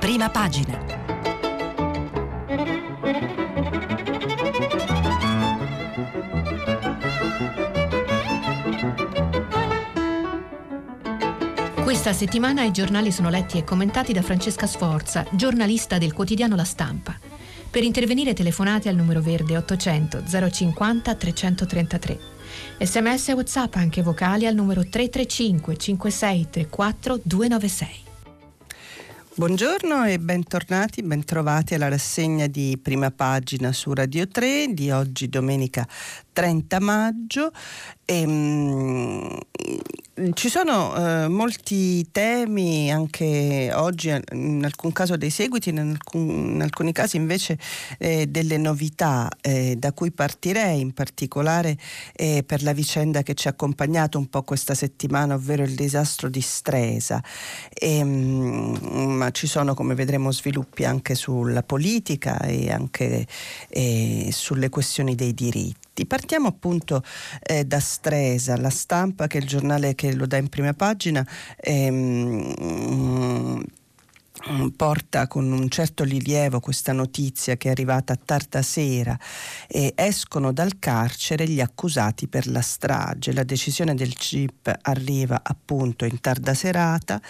Prima pagina. Questa settimana i giornali sono letti e commentati da Francesca Sforza, giornalista del quotidiano La Stampa. Per intervenire telefonate al numero verde 800 050 333. SMS e WhatsApp anche vocali al numero 335 5634 296. Buongiorno e bentornati, bentrovati alla rassegna di Prima Pagina su Radio 3 di oggi, domenica 30 maggio. Ci sono molti temi anche oggi, in alcun caso dei seguiti, in alcuni casi invece delle novità da cui partirei, in particolare per la vicenda che ci ha accompagnato un po' questa settimana, ovvero il disastro di Stresa. Ma ci sono, come vedremo, sviluppi anche sulla politica e anche sulle questioni dei diritti. Partiamo appunto da Stresa. La Stampa, che è il giornale che lo dà in prima pagina, porta con un certo rilievo questa notizia che è arrivata tarda sera. Escono dal carcere gli accusati per la strage. La decisione del GIP arriva appunto in tarda serata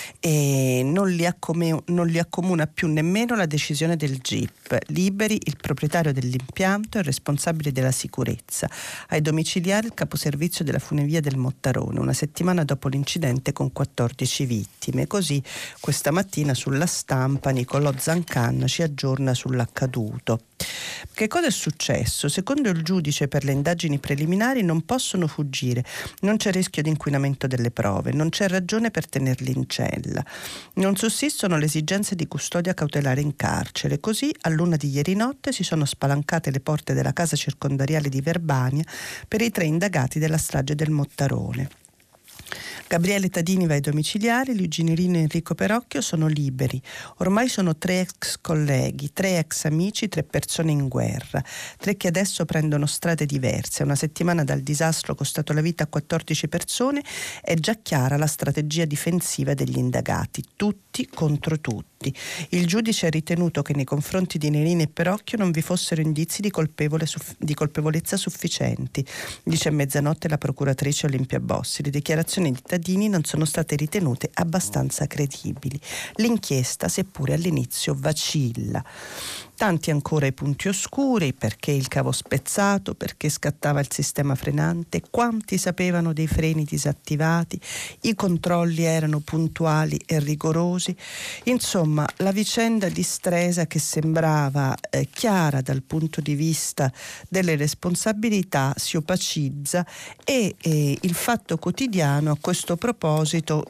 e non li accomuna più nemmeno la decisione del GIP. Liberi il proprietario dell'impianto e il responsabile della sicurezza. Ai domiciliari il caposervizio della funivia del Mottarone, una settimana dopo l'incidente con 14 vittime. Così questa mattina sulla Stampa Nicolò Zancan ci aggiorna sull'accaduto. Che cosa è successo? Secondo il giudice, per le indagini preliminari non possono fuggire, non c'è rischio di inquinamento delle prove, non c'è ragione per tenerli in cella, non sussistono le esigenze di custodia cautelare in carcere. Così all'1 di ieri notte si sono spalancate le porte della casa circondariale di Verbania per i 3 indagati della strage del Mottarone. Gabriele Tadini va ai domiciliari, Luigi Nerino e Enrico Perocchio sono liberi. Ormai sono 3 ex colleghi, 3 ex amici, 3 persone in guerra, 3 che adesso prendono strade diverse. Una settimana dal disastro costato la vita a 14 persone, è già chiara la strategia difensiva degli indagati, tutti contro tutti. Il giudice ha ritenuto che nei confronti di Nerino e Perocchio non vi fossero indizi di colpevolezza sufficienti, dice a mezzanotte la procuratrice Olimpia Bossi. Le dichiarazioni di Tadini non sono state ritenute abbastanza credibili. L'inchiesta, seppure all'inizio, vacilla. Tanti ancora i punti oscuri: perché il cavo spezzato, perché scattava il sistema frenante, quanti sapevano dei freni disattivati, i controlli erano puntuali e rigorosi. Insomma, la vicenda di Stresa, che sembrava chiara dal punto di vista delle responsabilità, si opacizza e il Fatto Quotidiano a questo proposito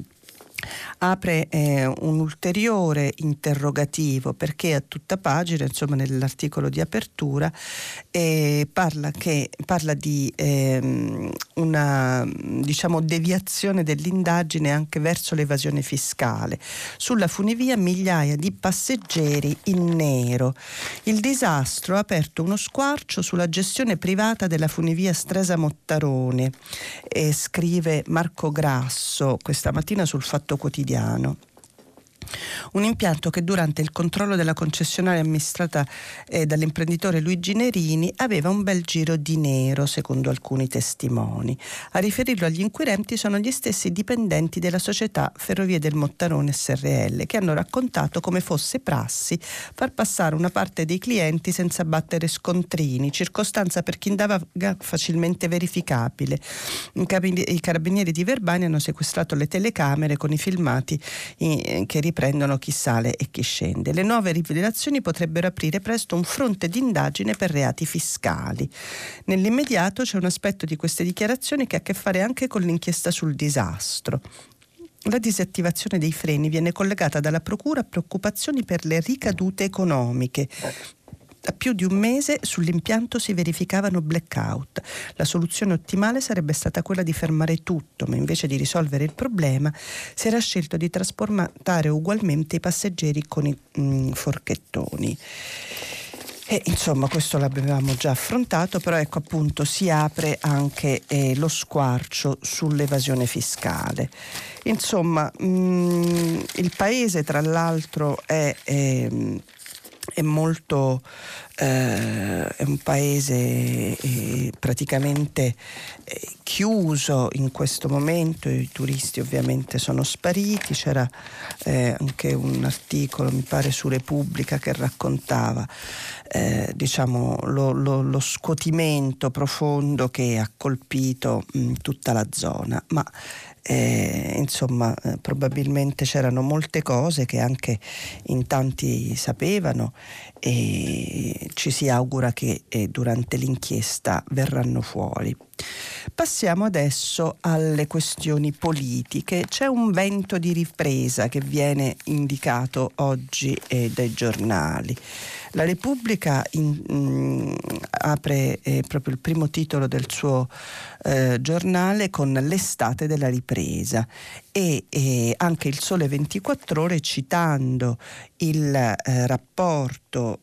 apre un ulteriore interrogativo, perché a tutta pagina, insomma nell'articolo di apertura, parla di una, diciamo, deviazione dell'indagine anche verso l'evasione fiscale. Sulla funivia migliaia di passeggeri in nero. Il disastro ha aperto uno squarcio sulla gestione privata della funivia Stresa Mottarone, scrive Marco Grasso questa mattina sul Fatto Quotidiano. Un impianto che durante il controllo della concessionaria amministrata dall'imprenditore Luigi Nerini aveva un bel giro di nero, secondo alcuni testimoni. A riferirlo agli inquirenti sono gli stessi dipendenti della società Ferrovie del Mottarone SRL, che hanno raccontato come fosse prassi far passare una parte dei clienti senza battere scontrini, circostanza per chi andava facilmente verificabile. I carabinieri di Verbania hanno sequestrato le telecamere con i filmati che riprendono chi sale e chi scende. Le nuove rivelazioni potrebbero aprire presto un fronte di indagine per reati fiscali. Nell'immediato c'è un aspetto di queste dichiarazioni che ha a che fare anche con l'inchiesta sul disastro. La disattivazione dei freni viene collegata dalla procura a preoccupazioni per le ricadute economiche. Da più di un mese sull'impianto si verificavano blackout. La soluzione ottimale sarebbe stata quella di fermare tutto, ma invece di risolvere il problema si era scelto di trasportare ugualmente i passeggeri con i forchettoni. E insomma questo l'avevamo già affrontato, però ecco appunto si apre anche lo squarcio sull'evasione fiscale. Insomma il paese tra l'altro è molto è un paese praticamente chiuso in questo momento, i turisti ovviamente sono spariti. C'era anche un articolo, mi pare, su Repubblica che raccontava diciamo lo scuotimento profondo che ha colpito tutta la zona, ma insomma probabilmente c'erano molte cose che anche in tanti sapevano e ci si augura che durante l'inchiesta verranno fuori. Passiamo adesso alle questioni politiche. C'è un vento di ripresa che viene indicato oggi dai giornali. La Repubblica apre proprio il primo titolo del suo giornale con l'estate della ripresa e anche il Sole 24 Ore, citando il rapporto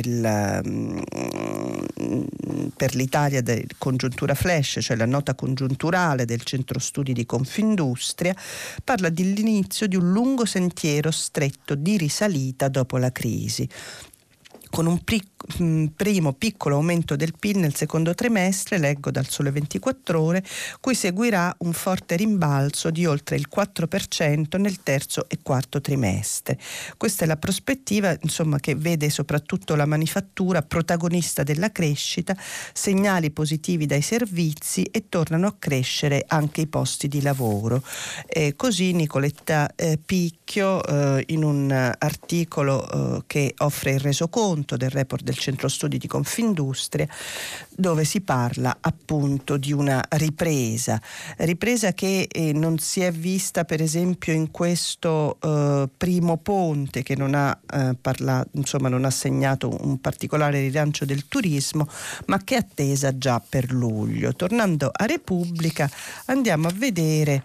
per l'Italia del Congiuntura Flash, cioè la nota congiunturale del Centro Studi di Confindustria, parla dell'inizio di un lungo sentiero stretto di risalita dopo la crisi, con un primo piccolo aumento del PIL nel secondo trimestre, leggo dal Sole 24 Ore, cui seguirà un forte rimbalzo di oltre il 4% nel terzo e quarto trimestre. Questa è la prospettiva, insomma, che vede soprattutto la manifattura protagonista della crescita, segnali positivi dai servizi e tornano a crescere anche i posti di lavoro. Così Nicoletta Picchio in un articolo che offre il resoconto del report del Centro Studi di Confindustria, dove si parla appunto di una ripresa che non si è vista per esempio in questo primo ponte, che non ha non ha segnato un particolare rilancio del turismo, ma che è attesa già per luglio. Tornando a Repubblica, andiamo a vedere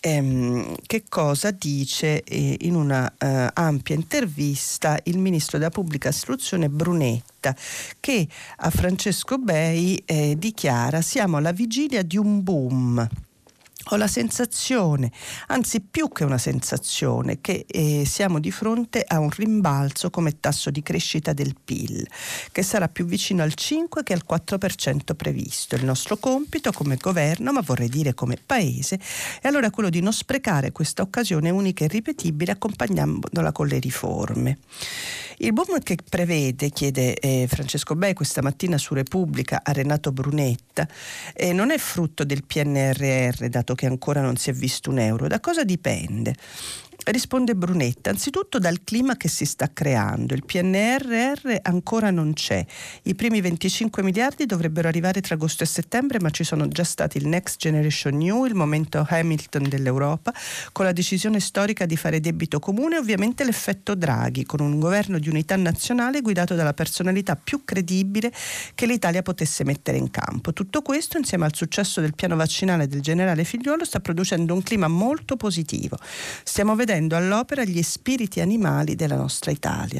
che cosa dice in una ampia intervista il ministro della pubblica istruzione Brunetta, che a Francesco Bei dichiara: siamo alla vigilia di un boom. Ho la sensazione, anzi più che una sensazione, che siamo di fronte a un rimbalzo come tasso di crescita del PIL, che sarà più vicino al 5 che al 4% previsto. Il nostro compito come governo, ma vorrei dire come paese, è allora quello di non sprecare questa occasione unica e irripetibile accompagnandola con le riforme. Il boom che prevede, chiede Francesco Bei questa mattina su Repubblica a Renato Brunetta, non è frutto del PNRR, dato che ancora non si è visto un euro. Da cosa dipende? Risponde Brunetta: anzitutto dal clima che si sta creando. Il PNRR ancora non c'è. I primi 25 miliardi dovrebbero arrivare tra agosto e settembre, ma ci sono già stati il Next Generation EU, il momento Hamilton dell'Europa, con la decisione storica di fare debito comune e ovviamente l'effetto Draghi, con un governo di unità nazionale guidato dalla personalità più credibile che l'Italia potesse mettere in campo. Tutto questo, insieme al successo del piano vaccinale del generale Figliuolo, sta producendo un clima molto positivo. Stiamo vedendo all'opera gli spiriti animali della nostra Italia.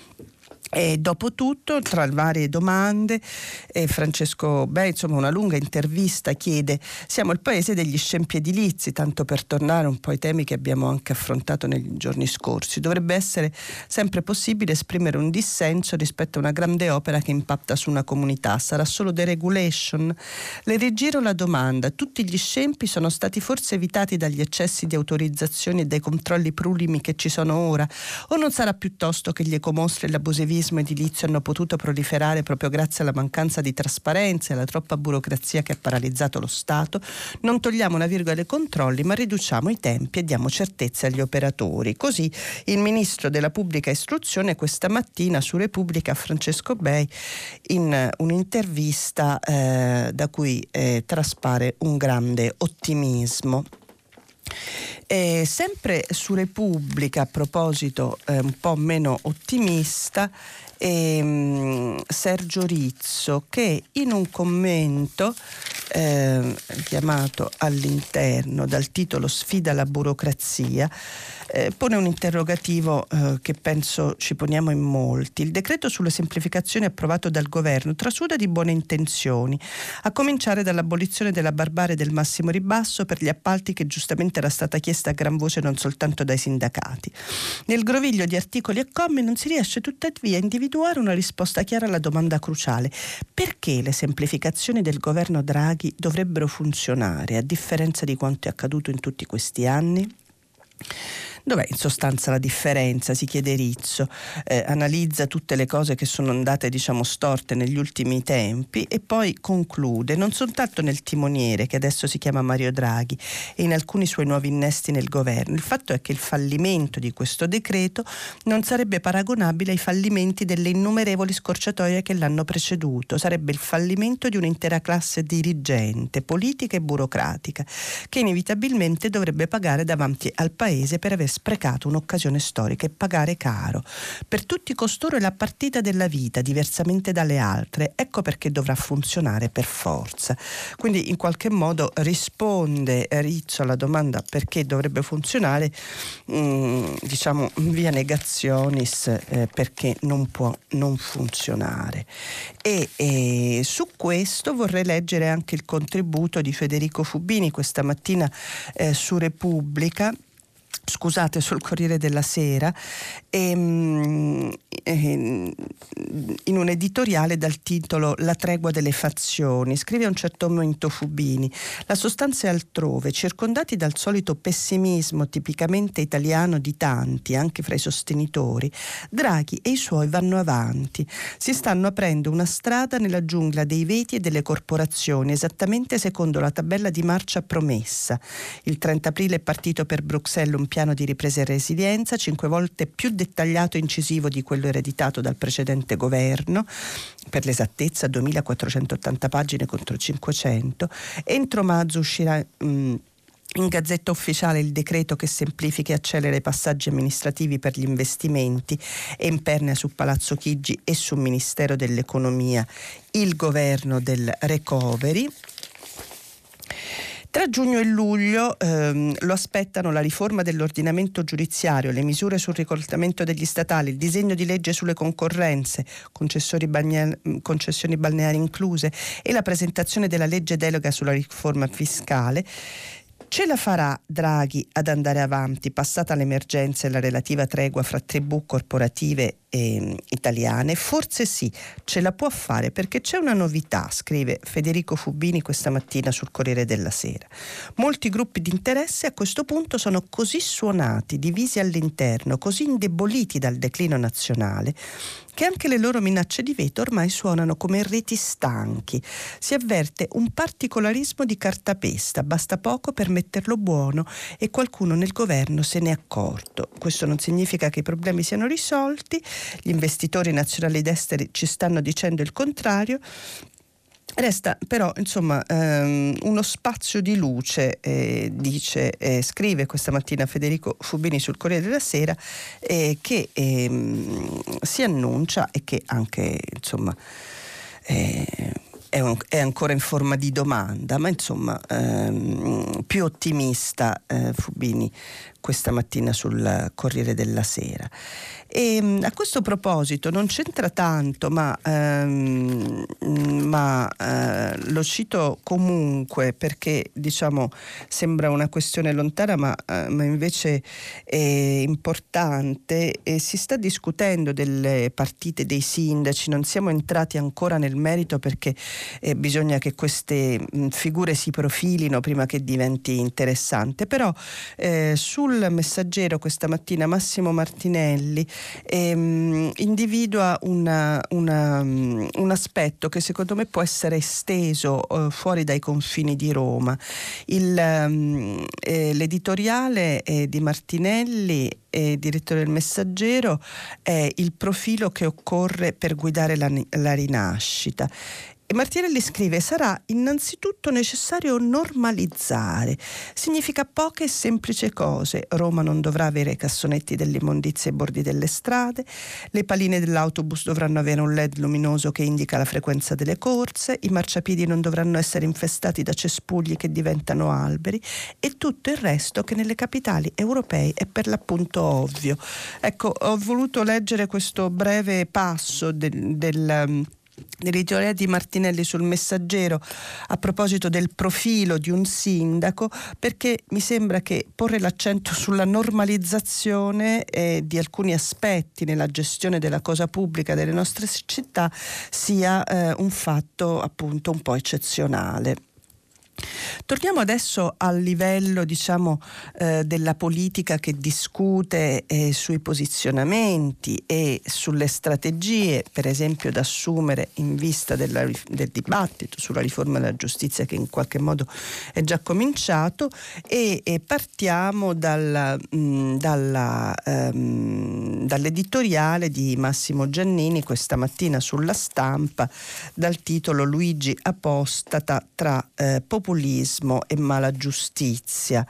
E dopo tutto, tra varie domande, Francesco Bei, insomma, una lunga intervista, chiede: siamo il paese degli scempi edilizi, tanto per tornare un po' ai temi che abbiamo anche affrontato nei giorni scorsi. Dovrebbe essere sempre possibile esprimere un dissenso rispetto a una grande opera che impatta su una comunità. Sarà solo deregulation? Le rigiro la domanda: tutti gli scempi sono stati forse evitati dagli eccessi di autorizzazioni e dai controlli prurimi che ci sono ora? O non sarà piuttosto che gli ecomostri e l'abusivismo edilizio hanno potuto proliferare proprio grazie alla mancanza di trasparenza e alla troppa burocrazia che ha paralizzato lo Stato? Non togliamo una virgola ai controlli, ma riduciamo i tempi e diamo certezze agli operatori. Così il ministro della pubblica istruzione questa mattina su Repubblica a Francesco Bei, in un'intervista da cui traspare un grande ottimismo. Sempre su Repubblica, a proposito un po' meno ottimista, Sergio Rizzo, che in un commento chiamato all'interno dal titolo Sfida alla burocrazia, pone un interrogativo che penso ci poniamo in molti. Il decreto sulle semplificazioni approvato dal governo trasuda di buone intenzioni, a cominciare dall'abolizione della barbarie del massimo ribasso per gli appalti, che giustamente era stata chiesta a gran voce non soltanto dai sindacati. Nel groviglio di articoli e commi non si riesce tuttavia a individuare una risposta chiara alla domanda cruciale: perché le semplificazioni del governo Draghi dovrebbero funzionare a differenza di quanto è accaduto in tutti questi anni? Dov'è in sostanza la differenza? Si chiede Rizzo, analizza tutte le cose che sono andate storte negli ultimi tempi e poi conclude: non soltanto nel timoniere, che adesso si chiama Mario Draghi, e in alcuni suoi nuovi innesti nel governo. Il fatto è che il fallimento di questo decreto non sarebbe paragonabile ai fallimenti delle innumerevoli scorciatoie che l'hanno preceduto. Sarebbe il fallimento di un'intera classe dirigente, politica e burocratica, che inevitabilmente dovrebbe pagare davanti al Paese per aver sprecato un'occasione storica e pagare caro. Per tutti costoro è la partita della vita, diversamente dalle altre. Ecco perché dovrà funzionare per forza. Quindi in qualche modo risponde Rizzo alla domanda perché dovrebbe funzionare, via negationis, perché non può non funzionare. E su questo vorrei leggere anche il contributo di Federico Fubini questa mattina su Repubblica, sul Corriere della Sera, in un editoriale dal titolo La tregua delle fazioni. Scrive a un certo momento Fubini: la sostanza è altrove, circondati dal solito pessimismo tipicamente italiano di tanti, anche fra i sostenitori. Draghi e i suoi vanno avanti, si stanno aprendo una strada nella giungla dei veti e delle corporazioni, esattamente secondo la tabella di marcia promessa. Il 30 aprile è partito per Bruxelles un piano di ripresa e resilienza 5 volte più dettagliato e incisivo di quello ereditato dal precedente governo, per l'esattezza 2480 pagine contro 500. Entro maggio uscirà in Gazzetta Ufficiale il decreto che semplifica e accelera i passaggi amministrativi per gli investimenti e impernia su Palazzo Chigi e sul Ministero dell'Economia il governo del recovery. Tra giugno e luglio lo aspettano la riforma dell'ordinamento giudiziario, le misure sul reclutamento degli statali, il disegno di legge sulle concorrenze, concessioni balneari incluse, e la presentazione della legge delega sulla riforma fiscale. Ce la farà Draghi ad andare avanti, passata l'emergenza e la relativa tregua fra tribù corporative italiane? Forse sì, ce la può fare, perché c'è una novità, scrive Federico Fubini questa mattina sul Corriere della Sera. Molti gruppi di interesse a questo punto sono così suonati, divisi all'interno, così indeboliti dal declino nazionale, che anche le loro minacce di veto ormai suonano come reti stanchi. Si avverte un particolarismo di cartapesta, basta poco per metterlo buono e qualcuno nel governo se n'è accorto. Questo non significa che i problemi siano risolti, gli investitori nazionali ed esteri ci stanno dicendo il contrario. Resta però uno spazio di luce, scrive questa mattina Federico Fubini sul Corriere della Sera, che si annuncia e che anche è ancora in forma di domanda, ma più ottimista Fubini questa mattina sul Corriere della Sera. E a questo proposito non c'entra tanto, ma lo cito comunque perché sembra una questione lontana, ma invece è importante. E si sta discutendo delle partite dei sindaci, non siamo entrati ancora nel merito perché bisogna che queste figure si profilino prima che diventi interessante. Però sul Messaggero questa mattina Massimo Martinelli individua un aspetto che secondo me può essere esteso fuori dai confini di Roma. L'editoriale di Martinelli, direttore del Messaggero, è il profilo che occorre per guidare la rinascita. E Martinelli scrive: sarà innanzitutto necessario normalizzare. Significa poche e semplici cose. Roma non dovrà avere i cassonetti dell'immondizia ai bordi delle strade, le paline dell'autobus dovranno avere un LED luminoso che indica la frequenza delle corse, i marciapiedi non dovranno essere infestati da cespugli che diventano alberi e tutto il resto che nelle capitali europee è per l'appunto ovvio. Ecco, ho voluto leggere questo breve passo dell'editoriale di Martinelli sul Messaggero a proposito del profilo di un sindaco, perché mi sembra che porre l'accento sulla normalizzazione di alcuni aspetti nella gestione della cosa pubblica delle nostre città sia un fatto appunto un po' eccezionale. Torniamo adesso al livello, diciamo, della politica che discute sui posizionamenti e sulle strategie, per esempio, da assumere in vista del dibattito sulla riforma della giustizia che in qualche modo è già cominciato, e partiamo dall'editoriale di Massimo Giannini questa mattina sulla Stampa dal titolo "Luigi apostata tra populismo e mala giustizia".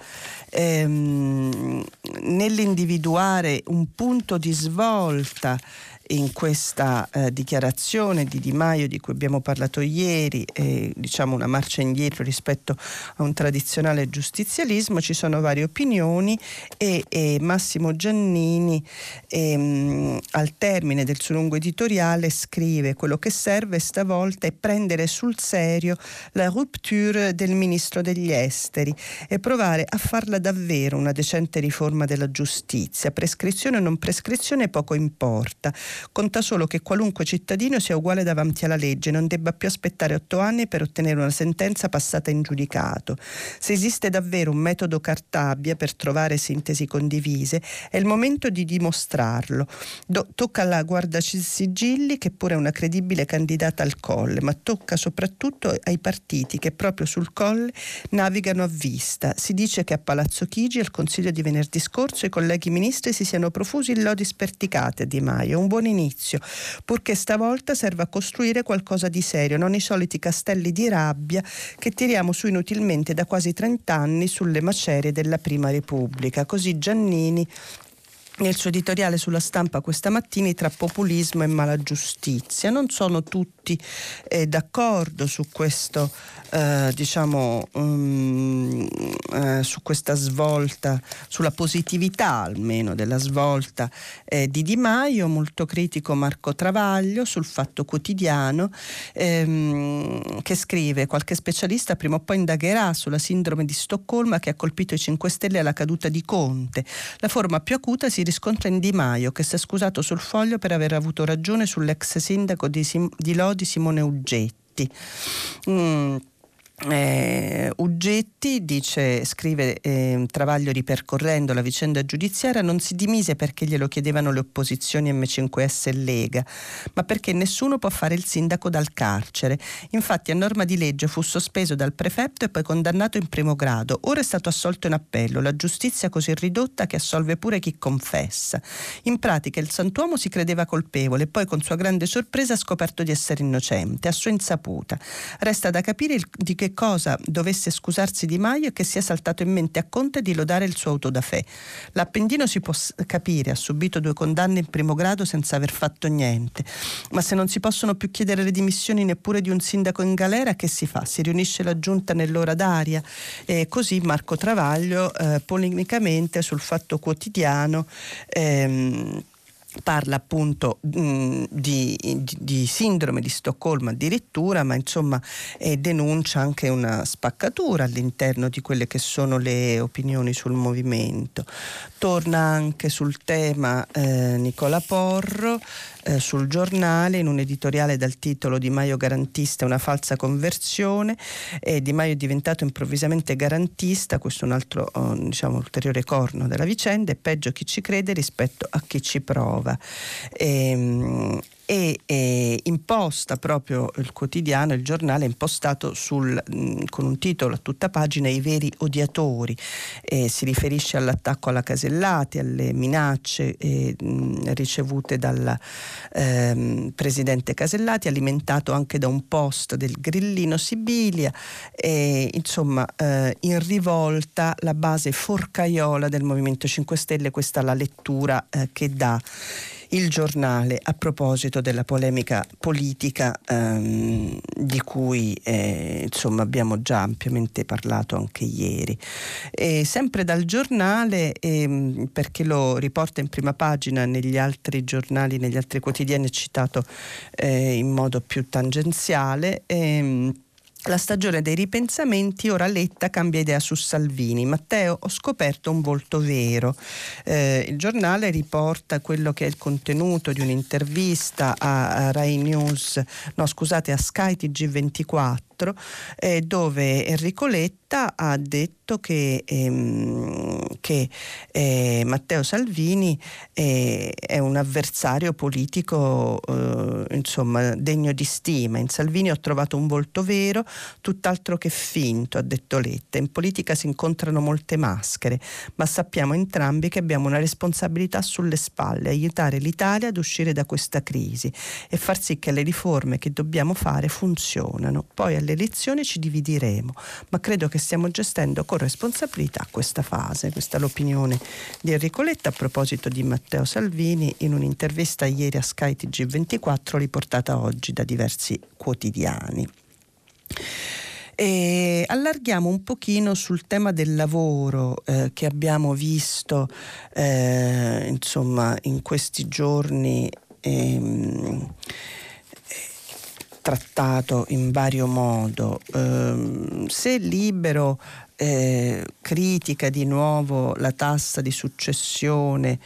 Nell'individuare un punto di svolta in questa dichiarazione di Di Maio di cui abbiamo parlato ieri, diciamo una marcia indietro rispetto a un tradizionale giustizialismo, ci sono varie opinioni e Massimo Giannini al termine del suo lungo editoriale scrive: quello che serve stavolta è prendere sul serio la rupture del ministro degli esteri e provare a farla davvero una decente riforma della giustizia. Prescrizione o non prescrizione poco importa. Conta solo che qualunque cittadino sia uguale davanti alla legge, non debba più aspettare 8 anni per ottenere una sentenza passata in giudicato. Se esiste davvero un metodo Cartabia per trovare sintesi condivise, è il momento di dimostrarlo. Tocca alla Guardasigilli, che pure è una credibile candidata al Colle, ma tocca soprattutto ai partiti che proprio sul Colle navigano a vista. Si dice che a Palazzo Chigi, al Consiglio di venerdì scorso, i colleghi ministri si siano profusi in lodi sperticate a Di Maio. Un buon inizio, purché stavolta serva a costruire qualcosa di serio, non i soliti castelli di rabbia che tiriamo su inutilmente da quasi 30 anni sulle macerie della Prima Repubblica. Così Giannini nel suo editoriale sulla Stampa questa mattina tra populismo e mala giustizia. Non sono tutti d'accordo su questo, su questa svolta, sulla positività almeno della svolta di Maio. Molto critico Marco Travaglio sul Fatto Quotidiano, che scrive: qualche specialista prima o poi indagherà sulla sindrome di Stoccolma che ha colpito i 5 Stelle alla caduta di Conte. La forma più acuta si riscontra in Di Maio, che si è scusato sul Foglio per aver avuto ragione sull'ex sindaco di Lodi Simone Uggetti. Uggetti scrive Travaglio ripercorrendo la vicenda giudiziaria, non si dimise perché glielo chiedevano le opposizioni M5S e Lega, ma perché nessuno può fare il sindaco dal carcere. Infatti a norma di legge fu sospeso dal prefetto e poi condannato in primo grado. Ora è stato assolto in appello, la giustizia così ridotta che assolve pure chi confessa. In pratica il santuomo si credeva colpevole e poi con sua grande sorpresa ha scoperto di essere innocente, a sua insaputa. Resta da capire di che cosa dovesse scusarsi Di Maio e che sia saltato in mente a Conte di lodare il suo auto da fè. L'Appendino si può capire, ha subito 2 condanne in primo grado senza aver fatto niente, ma se non si possono più chiedere le dimissioni neppure di un sindaco in galera, che si fa? Si riunisce la giunta nell'ora d'aria? Così Marco Travaglio polemicamente sul Fatto Quotidiano parla appunto di sindrome di Stoccolma addirittura, ma insomma denuncia anche una spaccatura all'interno di quelle che sono le opinioni sul movimento. Torna anche sul tema Nicola Porro sul Giornale in un editoriale dal titolo "Di Maio garantista, una falsa conversione". Di Maio è diventato improvvisamente garantista, questo è un altro ulteriore corno della vicenda, è peggio chi ci crede rispetto a chi ci prova. e imposta proprio il quotidiano, il giornale è impostato con un titolo a tutta pagina: I veri odiatori. Si riferisce all'attacco alla Casellati, alle minacce ricevute dal presidente Casellati, alimentato anche da un post del grillino Sibilia, insomma in rivolta la base forcaiola del Movimento 5 Stelle. Questa è la lettura che dà il giornale a proposito della polemica politica di cui insomma abbiamo già ampiamente parlato anche ieri. Sempre dal giornale, perché lo riporta in prima pagina, negli altri giornali, negli altri quotidiani è citato in modo più tangenziale. La stagione dei ripensamenti, ora Letta cambia idea su Salvini. Matteo, ho scoperto un volto vero. Il giornale riporta quello che è il contenuto di un'intervista a Rai News, no scusate, a Sky TG24, dove Enrico Letta ha detto che Matteo Salvini è un avversario politico insomma degno di stima. In Salvini ho trovato un volto vero, tutt'altro che finto, ha detto Letta. In politica si incontrano molte maschere, ma sappiamo entrambi che abbiamo una responsabilità sulle spalle: aiutare l'Italia ad uscire da questa crisi e far sì che le riforme che dobbiamo fare funzionano. Poi alle elezioni ci divideremo, ma credo che stiamo gestendo con responsabilità questa fase. Questa è l'opinione di Enrico Letta a proposito di Matteo Salvini in un'intervista ieri a Sky TG24, riportata oggi da diversi quotidiani. E allarghiamo un pochino sul tema del lavoro che abbiamo visto insomma in questi giorni trattato in vario modo. Se Libero critica di nuovo la tassa di successione,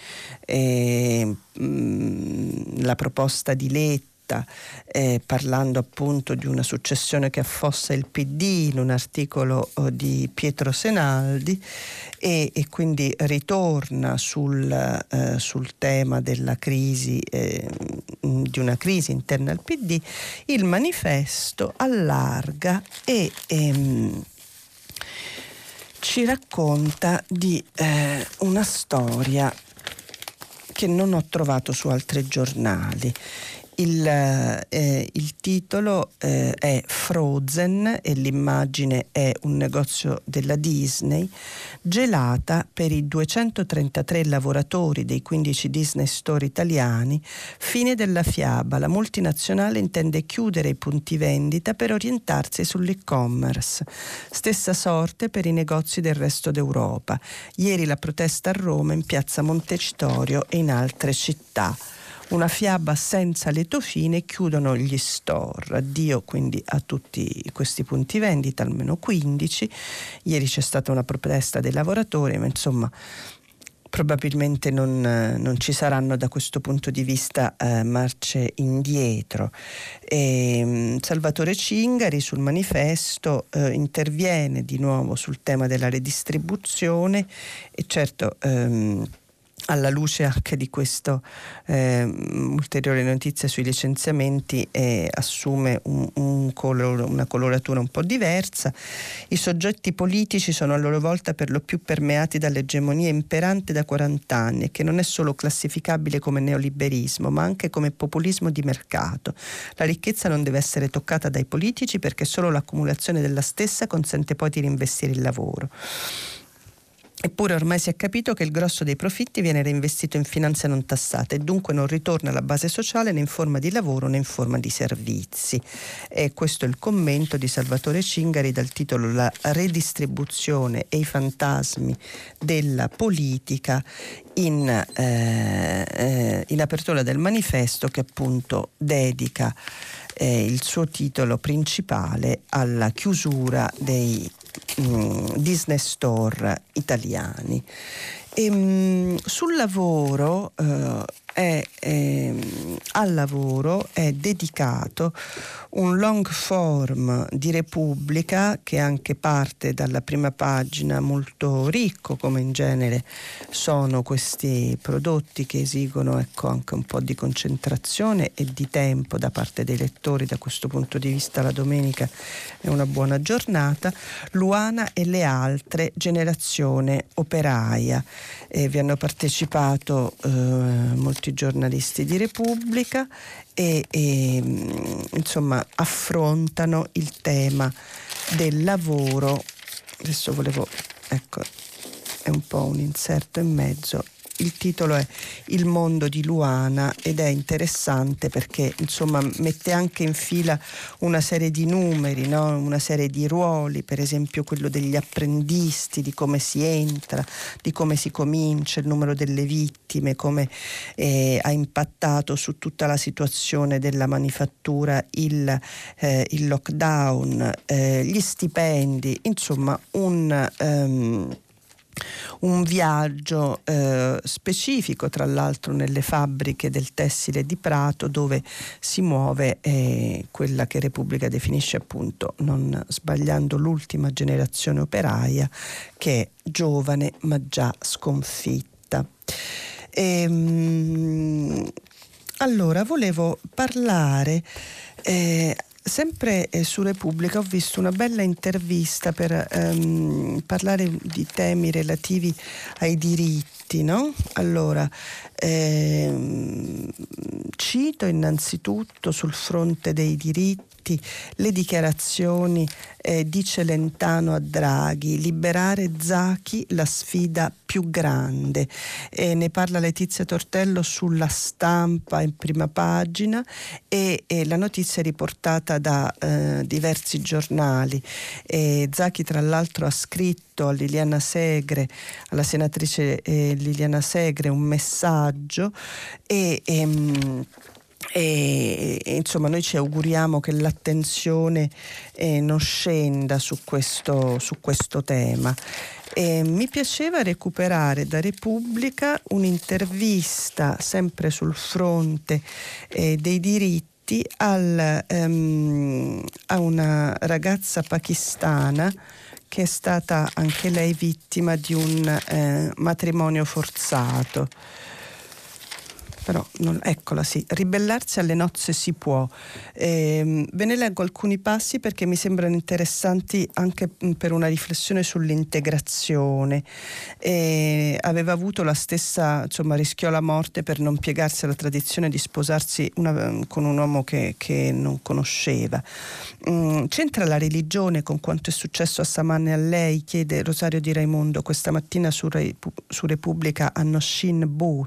la proposta di Letta, parlando appunto di una successione che affossa il PD in un articolo di Pietro Senaldi, e quindi ritorna sul tema della crisi, di una crisi interna al PD. Il Manifesto allarga e ci racconta di una storia che non ho trovato su altri giornali. Il titolo è Frozen e l'immagine è un negozio della Disney, gelata per i 233 lavoratori dei 15 Disney Store italiani. Fine della fiaba, la multinazionale intende chiudere i punti vendita per orientarsi sull'e-commerce. Stessa sorte per i negozi del resto d'Europa. Ieri la protesta a Roma, in piazza Montecitorio e in altre città. Una fiaba senza lieto fine, chiudono gli store. Addio quindi a tutti questi punti vendita, almeno 15. Ieri c'è stata una protesta dei lavoratori, ma insomma probabilmente non ci saranno da questo punto di vista marce indietro. Salvatore Cingari sul Manifesto interviene di nuovo sul tema della redistribuzione e certo alla luce anche di questo ulteriore notizia sui licenziamenti assume una coloratura un po' diversa. I soggetti politici sono a loro volta per lo più permeati dall'egemonia imperante da 40 anni, che non è solo classificabile come neoliberismo ma anche come populismo di mercato. La ricchezza non deve essere toccata dai politici perché solo l'accumulazione della stessa consente poi di reinvestire il lavoro. Eppure ormai si è capito che il grosso dei profitti viene reinvestito in finanze non tassate e dunque non ritorna alla base sociale né in forma di lavoro né in forma di servizi. E questo è il commento di Salvatore Cingari dal titolo La redistribuzione e i fantasmi della politica in apertura del Manifesto, che appunto dedica il suo titolo principale alla chiusura dei Disney Store italiani. Sul lavoro al lavoro è dedicato un long form di Repubblica che anche parte dalla prima pagina, molto ricco come in genere sono questi prodotti che esigono anche un po' di concentrazione e di tempo da parte dei lettori. Da questo punto di vista la domenica è una buona giornata. Luana e le altre, generazione operaia. Vi hanno partecipato molti giornalisti di Repubblica e insomma affrontano il tema del lavoro. Adesso ecco, è un po' un inserto in mezzo. Il titolo è Il mondo di Luana ed è interessante perché insomma mette anche in fila una serie di numeri, no? Una serie di ruoli, per esempio quello degli apprendisti, di come si entra, di come si comincia, il numero delle vittime, come ha impattato su tutta la situazione della manifattura il lockdown, gli stipendi, insomma un viaggio specifico, tra l'altro nelle fabbriche del tessile di Prato, dove si muove quella che Repubblica definisce, appunto, non sbagliando, l'ultima generazione operaia, che è giovane ma già sconfitta. Allora volevo parlare sempre su Repubblica. Ho visto una bella intervista per parlare di temi relativi ai diritti, no? Allora, cito innanzitutto sul fronte dei diritti le dichiarazioni di Celentano a Draghi: liberare Zaki, la sfida più grande. Ne parla Letizia Tortello sulla Stampa in prima pagina e la notizia è riportata da diversi giornali. Zaki tra l'altro ha scritto a Liliana Segre, alla senatrice Liliana Segre, un messaggio e insomma noi ci auguriamo che l'attenzione non scenda su questo tema. Mi piaceva recuperare da Repubblica un'intervista sempre sul fronte dei diritti a una ragazza pakistana che è stata anche lei vittima di un matrimonio forzato. Però eccola, sì, ribellarsi alle nozze si può. Ve ne leggo alcuni passi perché mi sembrano interessanti anche per una riflessione sull'integrazione. Aveva avuto la stessa, insomma, rischiò la morte per non piegarsi alla tradizione di sposarsi con un uomo che non conosceva. C'entra la religione con quanto è successo a Saman e a lei? Chiede Rosario Di Raimondo questa mattina su Repubblica a Noshin Booth.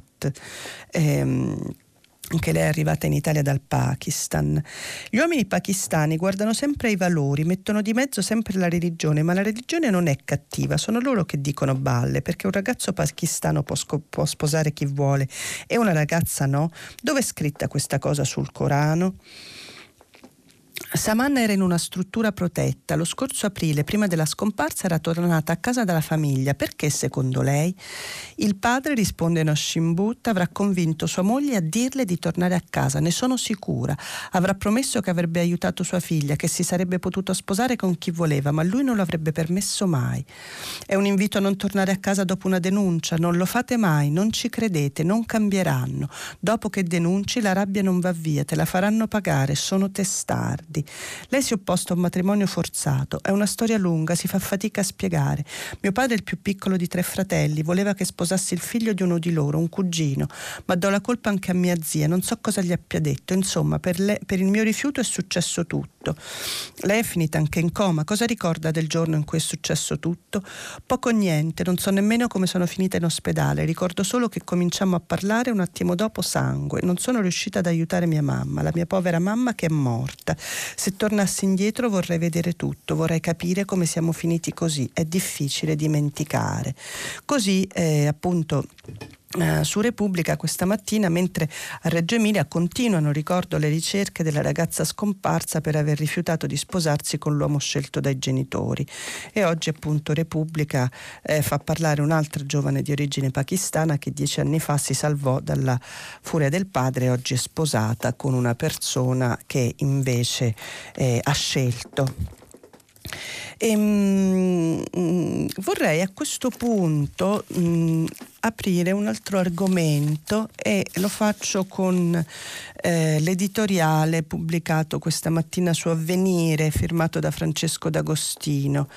Anche lei è arrivata in Italia dal Pakistan. Gli uomini pakistani guardano sempre ai valori, mettono di mezzo sempre la religione, ma la religione non è cattiva, sono loro che dicono balle, perché un ragazzo pakistano può sposare chi vuole e una ragazza no. Dove è scritta questa cosa sul Corano? Saman era in una struttura protetta. Lo scorso aprile, prima della scomparsa, era tornata a casa dalla famiglia. Perché, secondo lei? Il padre, risponde Noshin Booth, avrà convinto sua moglie a dirle di tornare a casa, ne sono sicura. Avrà promesso che avrebbe aiutato sua figlia, che si sarebbe potuto sposare con chi voleva, ma lui non lo avrebbe permesso mai. È un invito a non tornare a casa dopo una denuncia. Non lo fate mai, non ci credete, non cambieranno. Dopo che denunci, la rabbia non va via, te la faranno pagare, sono testardi. Lei si è opposta a un matrimonio forzato, è una storia lunga, si fa fatica a spiegare. Mio padre è il più piccolo di 3 fratelli, voleva che sposassi il figlio di uno di loro, un cugino, ma do la colpa anche a mia zia, non so cosa gli abbia detto. Insomma, per il mio rifiuto è successo tutto. Lei è finita anche in coma. Cosa ricorda del giorno in cui è successo tutto? Poco o niente, non so nemmeno come sono finita in ospedale, ricordo solo che cominciamo a parlare, un attimo dopo sangue. Non sono riuscita ad aiutare mia mamma, la mia povera mamma che è morta. Se tornassi indietro vorrei vedere tutto, vorrei capire come siamo finiti così, è difficile dimenticare. Così appunto su Repubblica questa mattina, mentre a Reggio Emilia continuano, ricordo, le ricerche della ragazza scomparsa per aver rifiutato di sposarsi con l'uomo scelto dai genitori. E oggi appunto Repubblica fa parlare un'altra giovane di origine pakistana che 10 anni fa si salvò dalla furia del padre e oggi è sposata con una persona che invece ha scelto. Vorrei a questo punto aprire un altro argomento e lo faccio con l'editoriale pubblicato questa mattina su Avvenire, firmato da Francesco D'Agostino.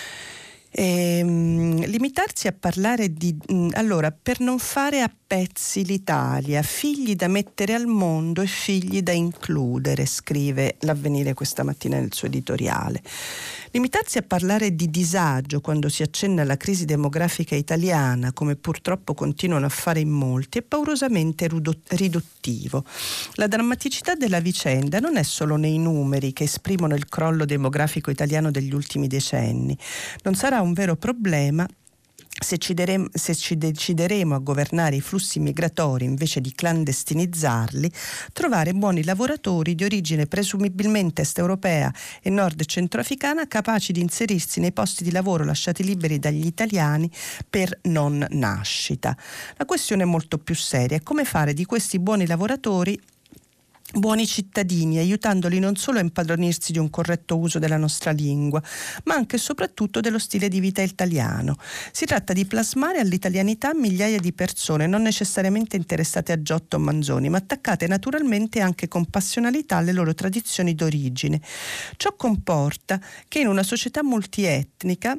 Limitarsi a parlare di allora, per non fare a pezzi l'Italia, figli da mettere al mondo e figli da includere, scrive l'Avvenire questa mattina nel suo editoriale. Limitarsi a parlare di disagio quando si accenna alla crisi demografica italiana, come purtroppo continuano a fare in molti, è paurosamente riduttivo. La drammaticità della vicenda non è solo nei numeri che esprimono il crollo demografico italiano degli ultimi decenni. Non sarà un vero problema se ci decideremo a governare i flussi migratori invece di clandestinizzarli, trovare buoni lavoratori di origine presumibilmente est-europea e nord-centroafricana capaci di inserirsi nei posti di lavoro lasciati liberi dagli italiani per non nascita. La questione è molto più seria: è come fare di questi buoni lavoratori buoni cittadini, aiutandoli non solo a impadronirsi di un corretto uso della nostra lingua, ma anche e soprattutto dello stile di vita italiano. Si tratta di plasmare all'italianità migliaia di persone, non necessariamente interessate a Giotto o Manzoni, ma attaccate naturalmente anche con passionalità alle loro tradizioni d'origine. Ciò comporta che in una società multietnica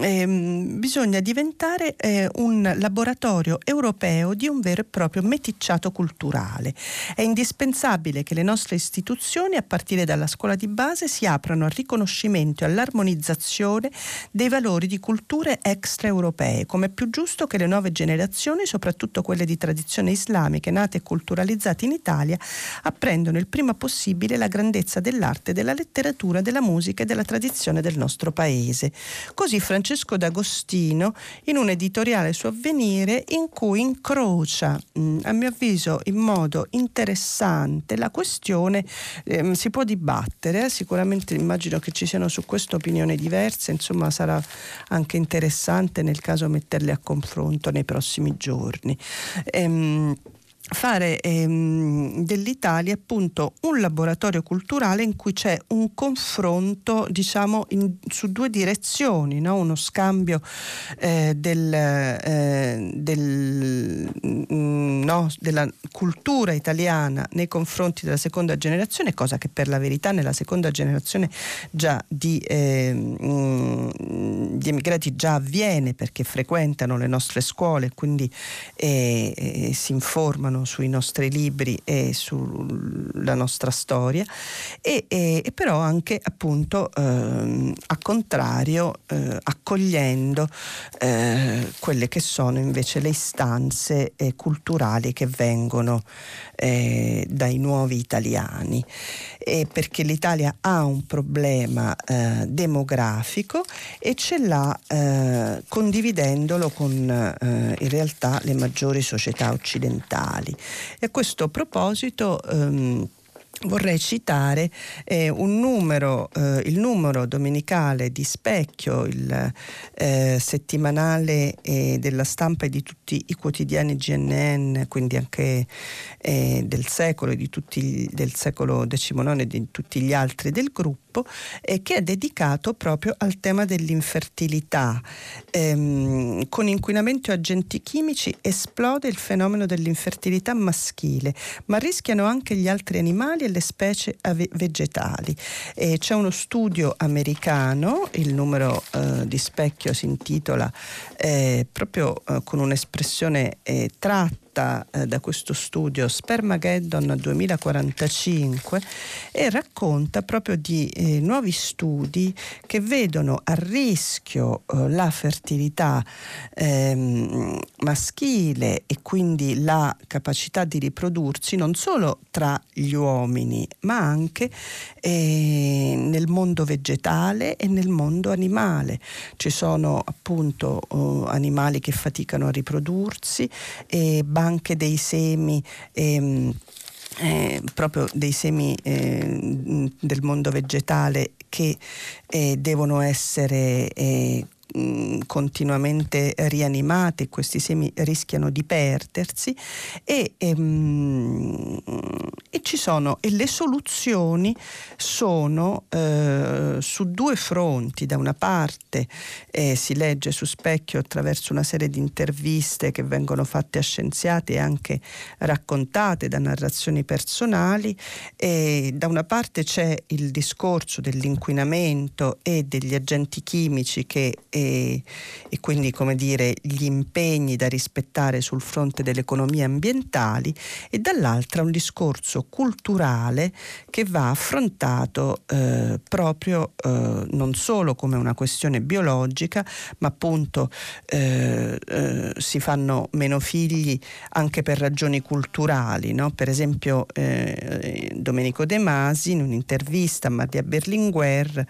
bisogna diventare un laboratorio europeo di un vero e proprio meticciato culturale. È indispensabile che le nostre istituzioni, a partire dalla scuola di base, si aprano al riconoscimento e all'armonizzazione dei valori di culture extraeuropee, come è più giusto che le nuove generazioni, soprattutto quelle di tradizione islamica nate e culturalizzate in Italia, apprendano il prima possibile la grandezza dell'arte, della letteratura, della musica e della tradizione del nostro paese. Così Francesco D'Agostino in un editoriale su Avvenire in cui incrocia, a mio avviso in modo interessante, la questione. Si può dibattere, sicuramente immagino che ci siano su questo opinioni diverse, insomma sarà anche interessante nel caso metterle a confronto nei prossimi giorni. Fare dell'Italia appunto un laboratorio culturale in cui c'è un confronto, diciamo, su due direzioni, no? Uno scambio della cultura italiana nei confronti della seconda generazione, cosa che per la verità nella seconda generazione già di emigrati già avviene, perché frequentano le nostre scuole, quindi si informano sui nostri libri e sulla nostra storia, e però anche appunto a contrario accogliendo quelle che sono invece le istanze culturali che vengono dai nuovi italiani, perché l'Italia ha un problema demografico e ce l'ha condividendolo con in realtà le maggiori società occidentali. E a questo proposito vorrei citare il numero domenicale di Specchio, il settimanale della Stampa e di tutti i quotidiani GNN, quindi anche del secolo e del secolo XIX e di tutti gli altri del gruppo, che è dedicato proprio al tema dell'infertilità. Con inquinamento e agenti chimici esplode il fenomeno dell'infertilità maschile, ma rischiano anche gli altri animali e le specie vegetali. C'è uno studio americano, il numero di Specchio si intitola proprio con un'espressione tratta tratta da questo studio Spermageddon 2045 e racconta proprio di nuovi studi che vedono a rischio la fertilità maschile e quindi la capacità di riprodursi non solo tra gli uomini ma anche nel mondo vegetale e nel mondo animale. Ci sono appunto animali che faticano a riprodursi, banche dei semi proprio dei semi del mondo vegetale che devono essere continuamente rianimati, questi semi rischiano di perdersi e ci sono, e le soluzioni sono su due fronti. Da una parte si legge su Specchio attraverso una serie di interviste che vengono fatte a scienziati e anche raccontate da narrazioni personali, e da una parte c'è il discorso dell'inquinamento e degli agenti chimici e quindi, come dire, gli impegni da rispettare sul fronte delle economie ambientali, e dall'altra un discorso culturale che va affrontato proprio non solo come una questione biologica, ma appunto si fanno meno figli anche per ragioni culturali, no? Per esempio Domenico De Masi in un'intervista a Maria Berlinguer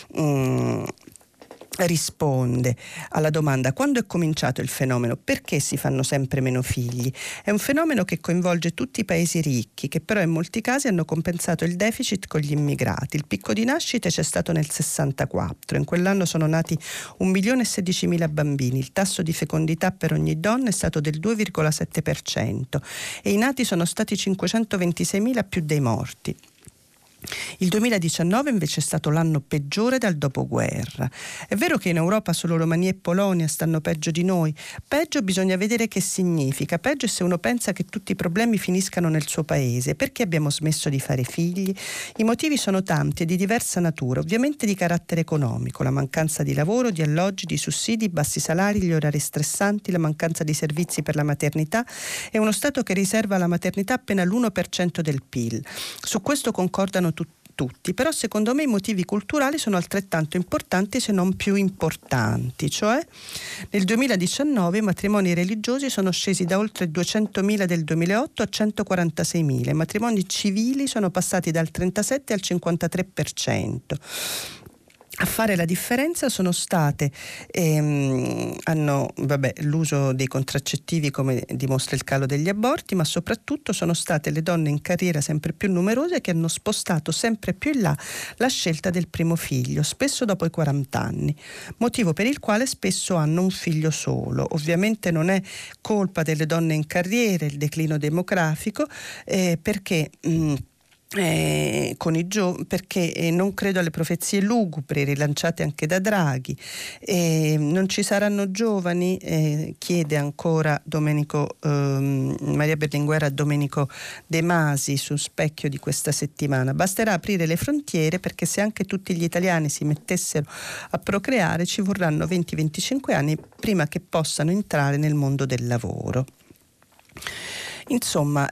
risponde alla domanda: quando è cominciato il fenomeno? Perché si fanno sempre meno figli? È un fenomeno che coinvolge tutti i paesi ricchi, che però in molti casi hanno compensato il deficit con gli immigrati. Il picco di nascite c'è stato nel 64, in quell'anno sono nati 1.016.000 bambini, il tasso di fecondità per ogni donna è stato del 2,7% e i nati sono stati 526.000 più dei morti. Il 2019 invece è stato l'anno peggiore dal dopoguerra. È vero che in Europa solo Romania e Polonia stanno peggio di noi. Peggio bisogna vedere che significa. Peggio è se uno pensa che tutti i problemi finiscano nel suo paese. Perché abbiamo smesso di fare figli? I motivi sono tanti e di diversa natura, ovviamente di carattere economico: la mancanza di lavoro, di alloggi, di sussidi, i bassi salari, gli orari stressanti, la mancanza di servizi per la maternità e uno Stato che riserva alla maternità appena l'1% del PIL. Su questo concordano tutti, però secondo me i motivi culturali sono altrettanto importanti, se non più importanti. Cioè, nel 2019 i matrimoni religiosi sono scesi da oltre 200.000 del 2008 a 146.000, i matrimoni civili sono passati dal 37 al 53%. A fare la differenza sono state l'uso dei contraccettivi, come dimostra il calo degli aborti, ma soprattutto sono state le donne in carriera sempre più numerose che hanno spostato sempre più in là la scelta del primo figlio, spesso dopo i 40 anni, motivo per il quale spesso hanno un figlio solo. Ovviamente non è colpa delle donne in carriera il declino demografico, perché perché non credo alle profezie lugubri rilanciate anche da Draghi. Non ci saranno giovani? Chiede ancora Maria Berlinguer a Domenico De Masi su Specchio di questa settimana. Basterà aprire le frontiere, perché se anche tutti gli italiani si mettessero a procreare ci vorranno 20-25 anni prima che possano entrare nel mondo del lavoro. Insomma,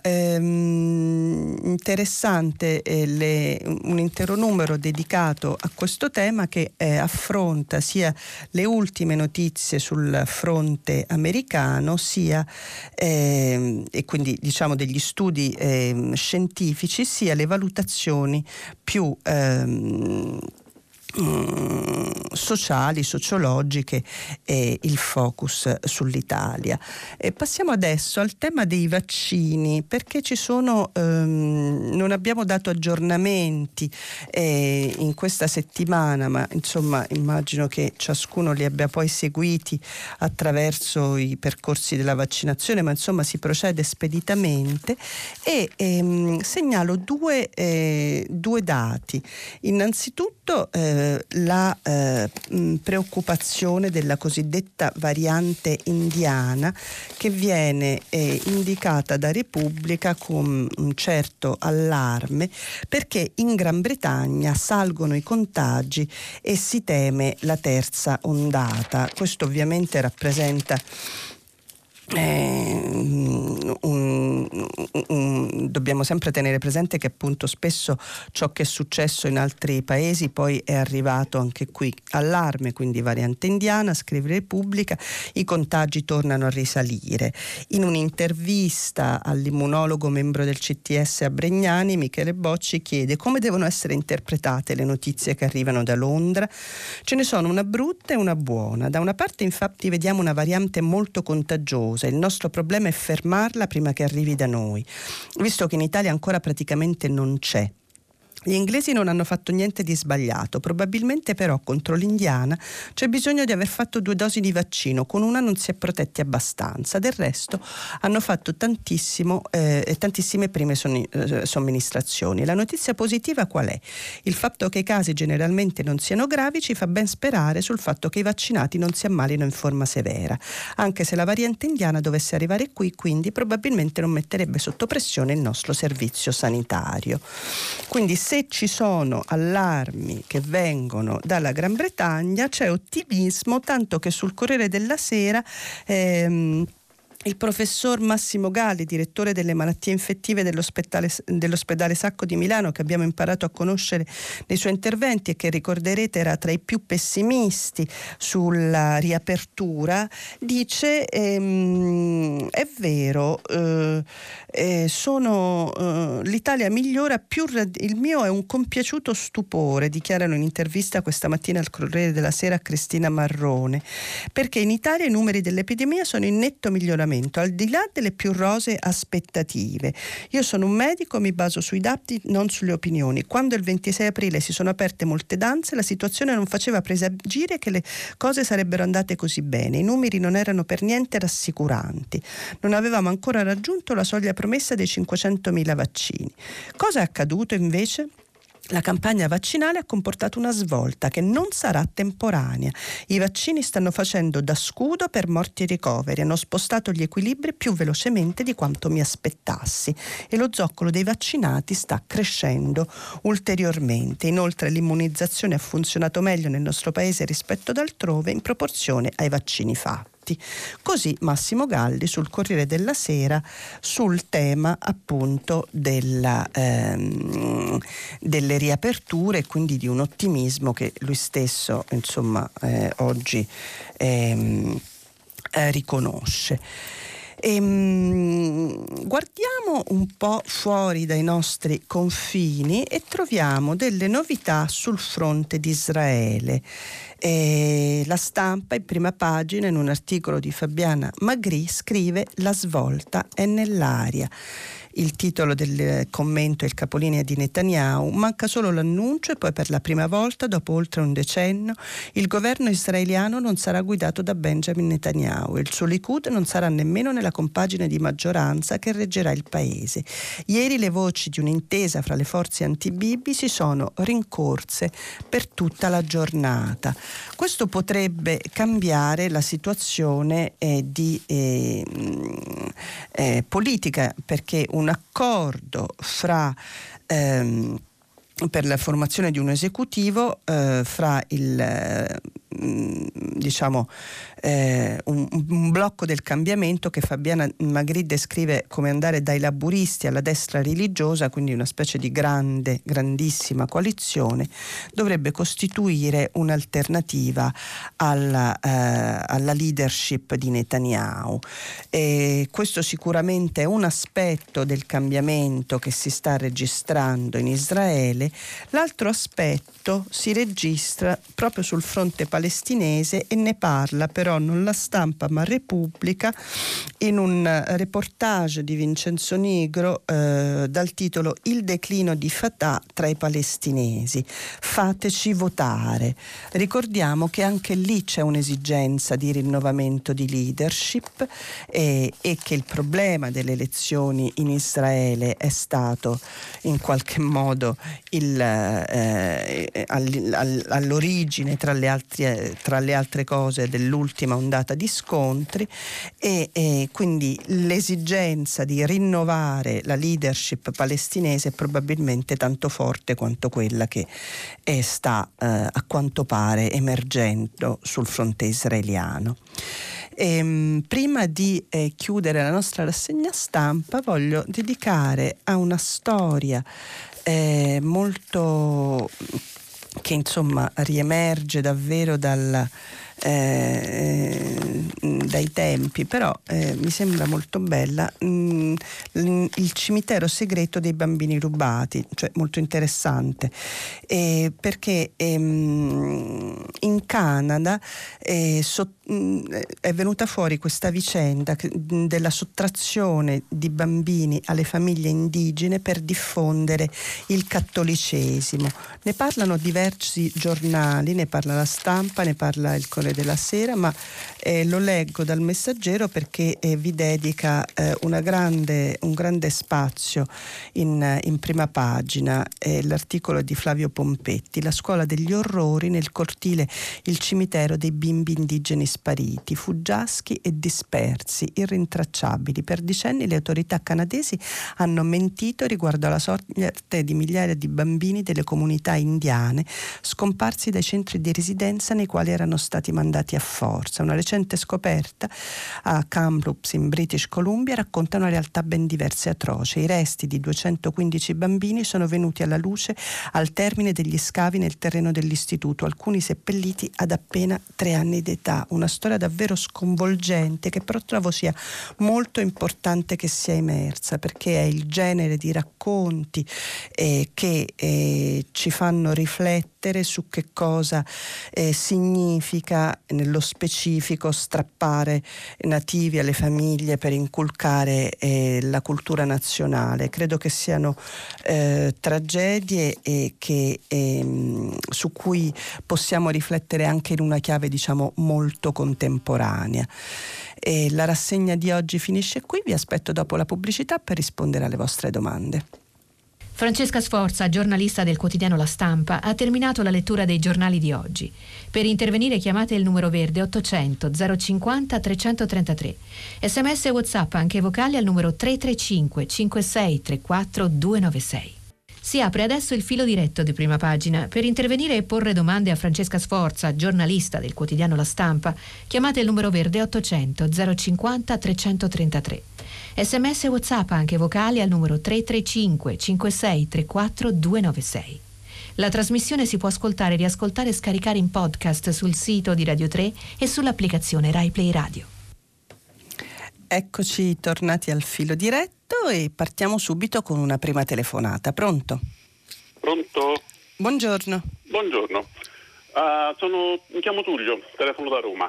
interessante un intero numero dedicato a questo tema che affronta sia le ultime notizie sul fronte americano, sia e quindi diciamo degli studi scientifici, sia le valutazioni più sociali, sociologiche e il focus sull'Italia. Passiamo adesso al tema dei vaccini, perché ci sono non abbiamo dato aggiornamenti in questa settimana, ma insomma immagino che ciascuno li abbia poi seguiti attraverso i percorsi della vaccinazione, ma insomma si procede speditamente, e segnalo due dati. Innanzitutto la preoccupazione della cosiddetta variante indiana, che viene indicata da Repubblica con un certo allarme, perché in Gran Bretagna salgono i contagi e si teme la terza ondata. Questo ovviamente rappresenta dobbiamo sempre tenere presente che appunto spesso ciò che è successo in altri paesi poi è arrivato anche qui. Allarme, quindi variante indiana, scrive Repubblica, i contagi tornano a risalire. In un'intervista all'immunologo membro del CTS a Bregnani, Michele Bocci chiede come devono essere interpretate le notizie che arrivano da Londra. Ce ne sono una brutta e una buona. Da una parte infatti vediamo una variante molto contagiosa, il nostro problema è fermarla prima che arrivi da noi, visto che in Italia ancora praticamente non c'è. Gli inglesi non hanno fatto niente di sbagliato, probabilmente però contro l'indiana c'è bisogno di aver fatto 2 dosi di vaccino, con una non si è protetti abbastanza, del resto hanno fatto tantissime prime somministrazioni. La notizia positiva qual è? Il fatto che i casi generalmente non siano gravi ci fa ben sperare sul fatto che i vaccinati non si ammalino in forma severa, anche se la variante indiana dovesse arrivare qui, quindi probabilmente non metterebbe sotto pressione il nostro servizio sanitario. Quindi se ci sono allarmi che vengono dalla Gran Bretagna c'è ottimismo, tanto che sul Corriere della Sera il professor Massimo Galli, direttore delle malattie infettive dell'ospedale Sacco di Milano, che abbiamo imparato a conoscere nei suoi interventi e che ricorderete era tra i più pessimisti sulla riapertura, dice è vero, l'Italia migliora più, il mio è un compiaciuto stupore, dichiarano in intervista questa mattina al Corriere della Sera a Cristina Marrone, perché in Italia i numeri dell'epidemia sono in netto miglioramento, al di là delle più rosee aspettative. Io sono un medico, mi baso sui dati, non sulle opinioni. Quando il 26 aprile si sono aperte molte danze, la situazione non faceva presagire che le cose sarebbero andate così bene. I numeri non erano per niente rassicuranti. Non avevamo ancora raggiunto la soglia promessa dei 500.000 vaccini. Cosa è accaduto invece? La campagna vaccinale ha comportato una svolta che non sarà temporanea. I vaccini stanno facendo da scudo per morti e ricoveri, hanno spostato gli equilibri più velocemente di quanto mi aspettassi e lo zoccolo dei vaccinati sta crescendo ulteriormente. Inoltre l'immunizzazione ha funzionato meglio nel nostro paese rispetto ad altrove in proporzione ai vaccini fatti. Così Massimo Galli sul Corriere della Sera sul tema appunto delle riaperture e quindi di un ottimismo che lui stesso oggi riconosce. Guardiamo un po' fuori dai nostri confini e troviamo delle novità sul fronte di Israele. La Stampa in prima pagina, in un articolo di Fabiana Magri, scrive: la svolta è nell'aria. Il titolo del commento è il capolinea di Netanyahu: manca solo l'annuncio e poi per la prima volta dopo oltre un decennio il governo israeliano non sarà guidato da Benjamin Netanyahu e il suo Likud non sarà nemmeno nella compagine di maggioranza che reggerà il paese. Ieri le voci di un'intesa fra le forze anti-Bibi si sono rincorse per tutta la giornata. Questo potrebbe cambiare la situazione di politica, perché un accordo fra per la formazione di un esecutivo fra un blocco del cambiamento che Fabiana Magri descrive come andare dai laburisti alla destra religiosa, quindi una specie di grandissima coalizione, dovrebbe costituire un'alternativa alla leadership di Netanyahu. Questo sicuramente è un aspetto del cambiamento che si sta registrando in Israele. L'altro aspetto si registra proprio sul fronte palestinese e ne parla però non la Stampa ma Repubblica in un reportage di Vincenzo Nigro dal titolo Il declino di Fatah tra i palestinesi. Fateci votare. Ricordiamo che anche lì c'è un'esigenza di rinnovamento di leadership e che il problema delle elezioni in Israele è stato in qualche modo all'origine tra le altre cose dell'ultima ondata di scontri e quindi l'esigenza di rinnovare la leadership palestinese è probabilmente tanto forte quanto quella che sta a quanto pare emergendo sul fronte israeliano. Prima di chiudere la nostra rassegna stampa voglio dedicare a una storia molto che insomma riemerge davvero dai tempi, però mi sembra molto bella, il cimitero segreto dei bambini rubati, cioè molto interessante, perché in Canada è venuta fuori questa vicenda della sottrazione di bambini alle famiglie indigene per diffondere il cattolicesimo. Ne parlano diversi giornali, ne parla La Stampa, ne parla il Corriere della Sera, ma lo leggo dal Messaggero perché vi dedica un grande spazio in prima pagina. L'articolo di Flavio Pompetti, La scuola degli orrori, nel cortile il cimitero dei bimbi indigeni spariti, fuggiaschi e dispersi, irrintracciabili. Per decenni le autorità canadesi hanno mentito riguardo alla sorte di migliaia di bambini delle comunità indiane scomparsi dai centri di residenza nei quali erano stati mandati a forza. Una recente scoperta a Kamloops in British Columbia racconta una realtà ben diversa e atroce. I resti di 215 bambini sono venuti alla luce al termine degli scavi nel terreno dell'istituto, alcuni seppelliti ad appena 3 anni d'età. Una storia davvero sconvolgente che però trovo sia molto importante che sia emersa, perché è il genere di racconti che ci fanno riflettere su che cosa significa nello specifico strappare nativi alle famiglie per inculcare la cultura nazionale. Credo che siano tragedie su cui possiamo riflettere anche in una chiave, diciamo, molto contemporanea. La rassegna di oggi finisce qui, vi aspetto dopo la pubblicità per rispondere alle vostre domande. Francesca Sforza, giornalista del quotidiano La Stampa, ha terminato la lettura dei giornali di oggi. Per intervenire chiamate il numero verde 800 050 333. SMS e WhatsApp anche vocali al numero 335 56 34 296. Si apre adesso il filo diretto di Prima Pagina. Per intervenire e porre domande a Francesca Sforza, giornalista del quotidiano La Stampa, chiamate il numero verde 800 050 333. SMS e WhatsApp anche vocali al numero 335 56 34 296. La trasmissione si può ascoltare, riascoltare e scaricare in podcast sul sito di Radio 3 e sull'applicazione Rai Play Radio. Eccoci tornati al filo diretto e partiamo subito con una prima telefonata. Pronto? Pronto? Buongiorno. Buongiorno. Mi chiamo Tullio, telefono da Roma.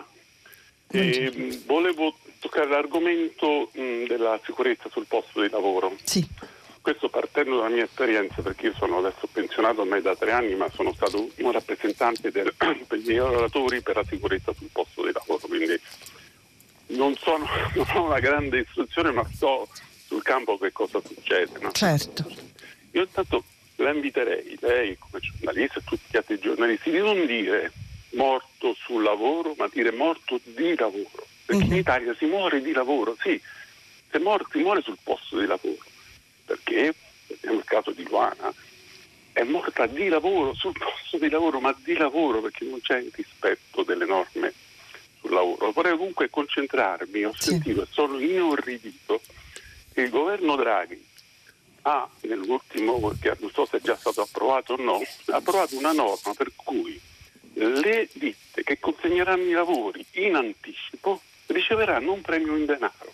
E volevo toccare l'argomento della sicurezza sul posto di lavoro. Sì. Questo partendo dalla mia esperienza, perché io sono adesso pensionato ormai da 3 anni, ma sono stato un rappresentante degli lavoratori per la sicurezza sul posto di lavoro, quindi non ho una grande istruzione, ma so sul campo che cosa succede. No? Certo. Io intanto la inviterei, lei come giornalista e tutti gli altri giornalisti, di non dire morto sul lavoro, ma dire morto di lavoro. Perché in Italia si muore di lavoro, sì, si muore sul posto di lavoro. Perché, nel caso di Luana, è morta di lavoro, sul posto di lavoro, ma di lavoro, perché non c'è il rispetto delle norme sul lavoro. Vorrei comunque concentrarmi, ho sentito e sono inorridito che il governo Draghi ha, nell'ultimo, che non so se è già stato approvato o no, ha approvato una norma per cui le ditte che consegneranno i lavori in anticipo riceveranno un premio in denaro.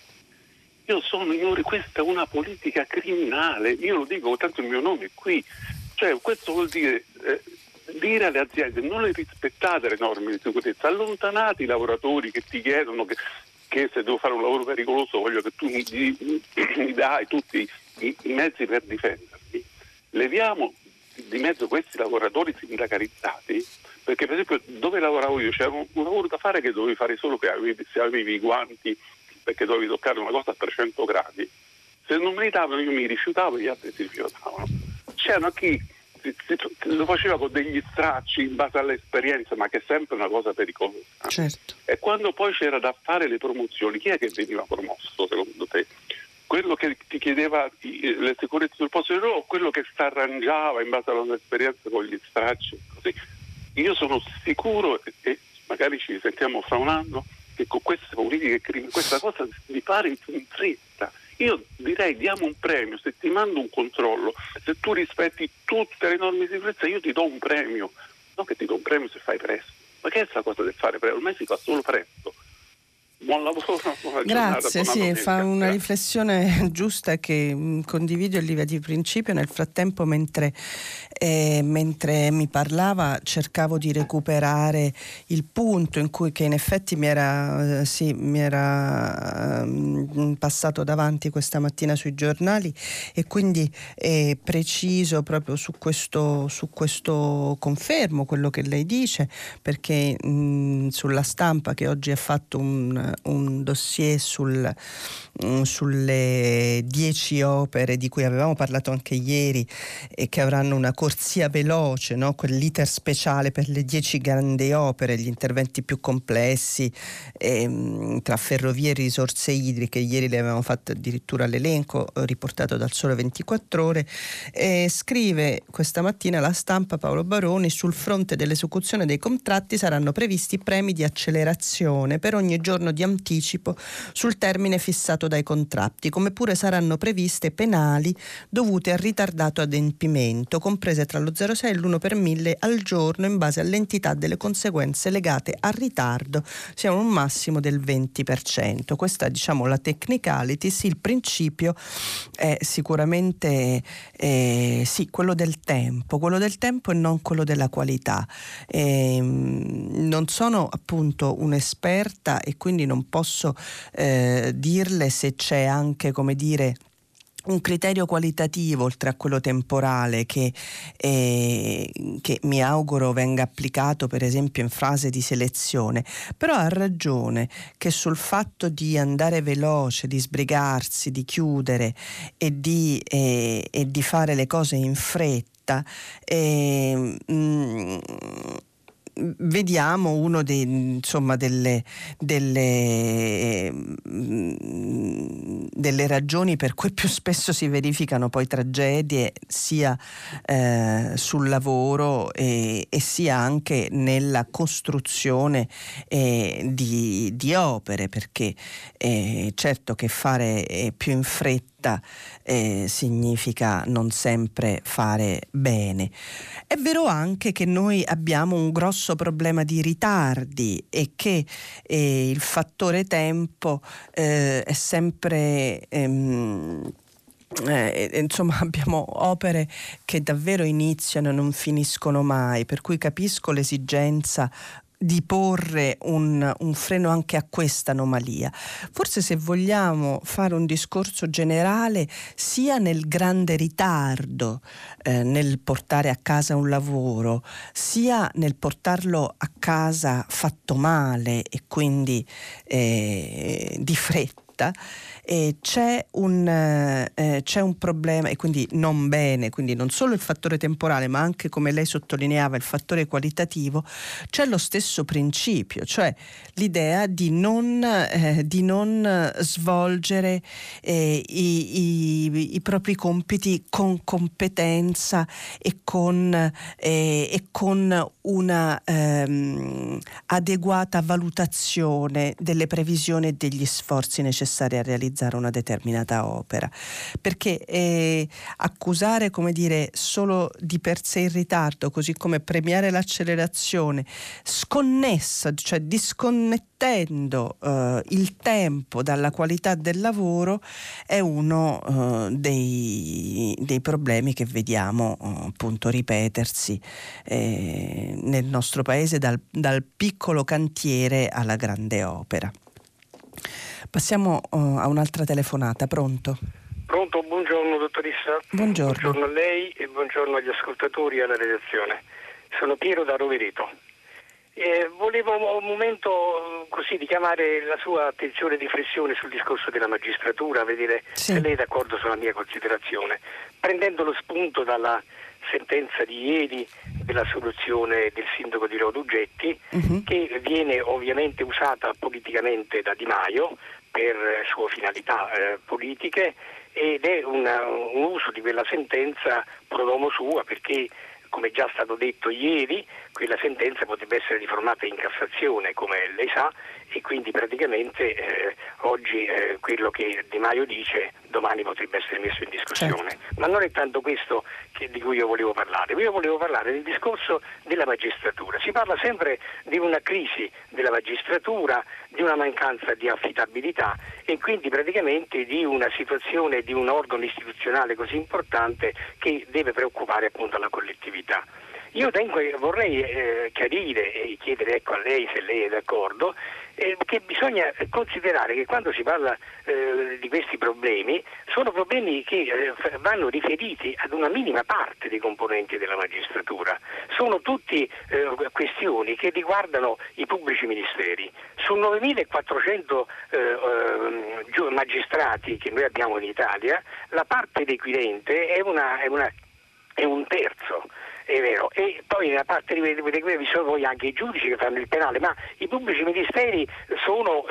Io sono ignore, questa è una politica criminale, io lo dico, tanto il mio nome è qui, cioè questo vuol dire dire alle aziende non le rispettate le norme di sicurezza, allontanate i lavoratori che ti chiedono che se devo fare un lavoro pericoloso voglio che tu mi dai tutti i mezzi per difendermi. Leviamo di mezzo questi lavoratori sindacalizzati, perché per esempio dove lavoravo io c'era un lavoro da fare che dovevi fare solo se avevi i guanti, perché dovevi toccare una cosa a 300 gradi. Se non me li davano io mi rifiutavo e gli altri si rifiutavano. C'era chi lo faceva con degli stracci in base all'esperienza, ma che è sempre una cosa pericolosa. Certo. E quando poi c'era da fare le promozioni, chi è che veniva promosso secondo te? Quello che ti chiedeva le sicurezze sul posto di lavoro o quello che si arrangiava in base alla sua esperienza con gli stracci? Così. Io sono sicuro, e magari ci sentiamo fra un anno, che con queste politiche questa cosa di fare in fretta. Io direi diamo un premio, se ti mando un controllo, se tu rispetti tutte le norme di sicurezza io ti do un premio, non che ti do un premio se fai presto. Ma che è questa cosa del fare presto? Ormai si fa solo presto. Buon lavoro, buona Grazie, giornata, sì, fa una riflessione giusta che condivido in linea di principio. Nel frattempo, mentre mi parlava, cercavo di recuperare il punto in cui che in effetti mi era passato davanti questa mattina sui giornali, e quindi preciso proprio su questo confermo quello che lei dice, perché sulla Stampa, che oggi ha fatto un dossier sulle 10 opere di cui avevamo parlato anche ieri e che avranno una corsia veloce, no? Quell'iter speciale per le 10 grandi opere, gli interventi più complessi tra ferrovie e risorse idriche. Ieri le avevamo fatto addirittura l'elenco riportato dal Sole 24 Ore. Scrive questa mattina la Stampa, Paolo Baroni: sul fronte dell'esecuzione dei contratti saranno previsti premi di accelerazione per ogni giorno di anticipo sul termine fissato dai contratti, come pure saranno previste penali dovute al ritardato adempimento, comprese tra lo 0,6 e l'1 per 1000 al giorno, in base all'entità delle conseguenze legate al ritardo, sia un massimo del 20%. Questa, diciamo, la technicality. Sì, il principio è sicuramente sì, quello del tempo e non quello della qualità. Non sono appunto un'esperta e quindi non posso dirle se c'è anche, come dire, un criterio qualitativo oltre a quello temporale che mi auguro venga applicato per esempio in fase di selezione. Però ha ragione che sul fatto di andare veloce, di sbrigarsi, di chiudere e di fare le cose in fretta, vediamo uno delle ragioni per cui più spesso si verificano poi tragedie sia sul lavoro e sia anche nella costruzione di opere, perché certo che fare più in fretta significa non sempre fare bene. È vero anche che noi abbiamo un grosso problema di ritardi e che il fattore tempo è sempre insomma, abbiamo opere che davvero iniziano e non finiscono mai, per cui capisco l'esigenza di porre un freno anche a questa anomalia. Forse, se vogliamo fare un discorso generale, sia nel grande ritardo nel portare a casa un lavoro, sia nel portarlo a casa fatto male e quindi di fretta, c'è un problema, e quindi non bene, quindi non solo il fattore temporale ma anche, come lei sottolineava, il fattore qualitativo. C'è lo stesso principio, cioè l'idea di non svolgere i propri compiti con competenza e con una adeguata valutazione delle previsioni e degli sforzi necessari a realizzare una determinata opera, perché accusare, come dire, solo di per sé il ritardo, così come premiare l'accelerazione sconnessa, cioè disconnettendo il tempo dalla qualità del lavoro, è uno dei problemi che vediamo appunto ripetersi nel nostro paese, dal piccolo cantiere alla grande opera. Passiamo a un'altra telefonata. Pronto? Pronto, buongiorno dottoressa. Buongiorno. Buongiorno a lei e buongiorno agli ascoltatori e alla redazione. Sono Piero da Rovereto. Volevo un momento così richiamare la sua attenzione e riflessione sul discorso della magistratura, vedere se lei è d'accordo sulla mia considerazione, prendendo lo spunto dalla sentenza di ieri della soluzione del sindaco di Rodugetti, che viene ovviamente usata politicamente da Di Maio per sue finalità politiche, ed è un uso di quella sentenza pro domo sua, perché come già stato detto ieri, quella sentenza potrebbe essere riformata in Cassazione, come lei sa, e quindi praticamente oggi quello che Di Maio dice domani potrebbe essere messo in discussione. Ma non è tanto questo di cui io volevo parlare. Io volevo parlare del discorso della magistratura. Si parla sempre di una crisi della magistratura, di una mancanza di affidabilità e quindi praticamente di una situazione di un organo istituzionale così importante che deve preoccupare appunto la collettività. Io vorrei chiarire e chiedere a lei, se lei è d'accordo, che bisogna considerare che quando si parla di questi problemi sono problemi che vanno riferiti ad una minima parte dei componenti della magistratura. Sono tutti questioni che riguardano i pubblici ministeri. Su 9.400 magistrati che noi abbiamo in Italia, la parte requirente è un terzo. È vero, e poi nella parte di vi sono poi anche i giudici che fanno il penale, ma i pubblici ministeri sono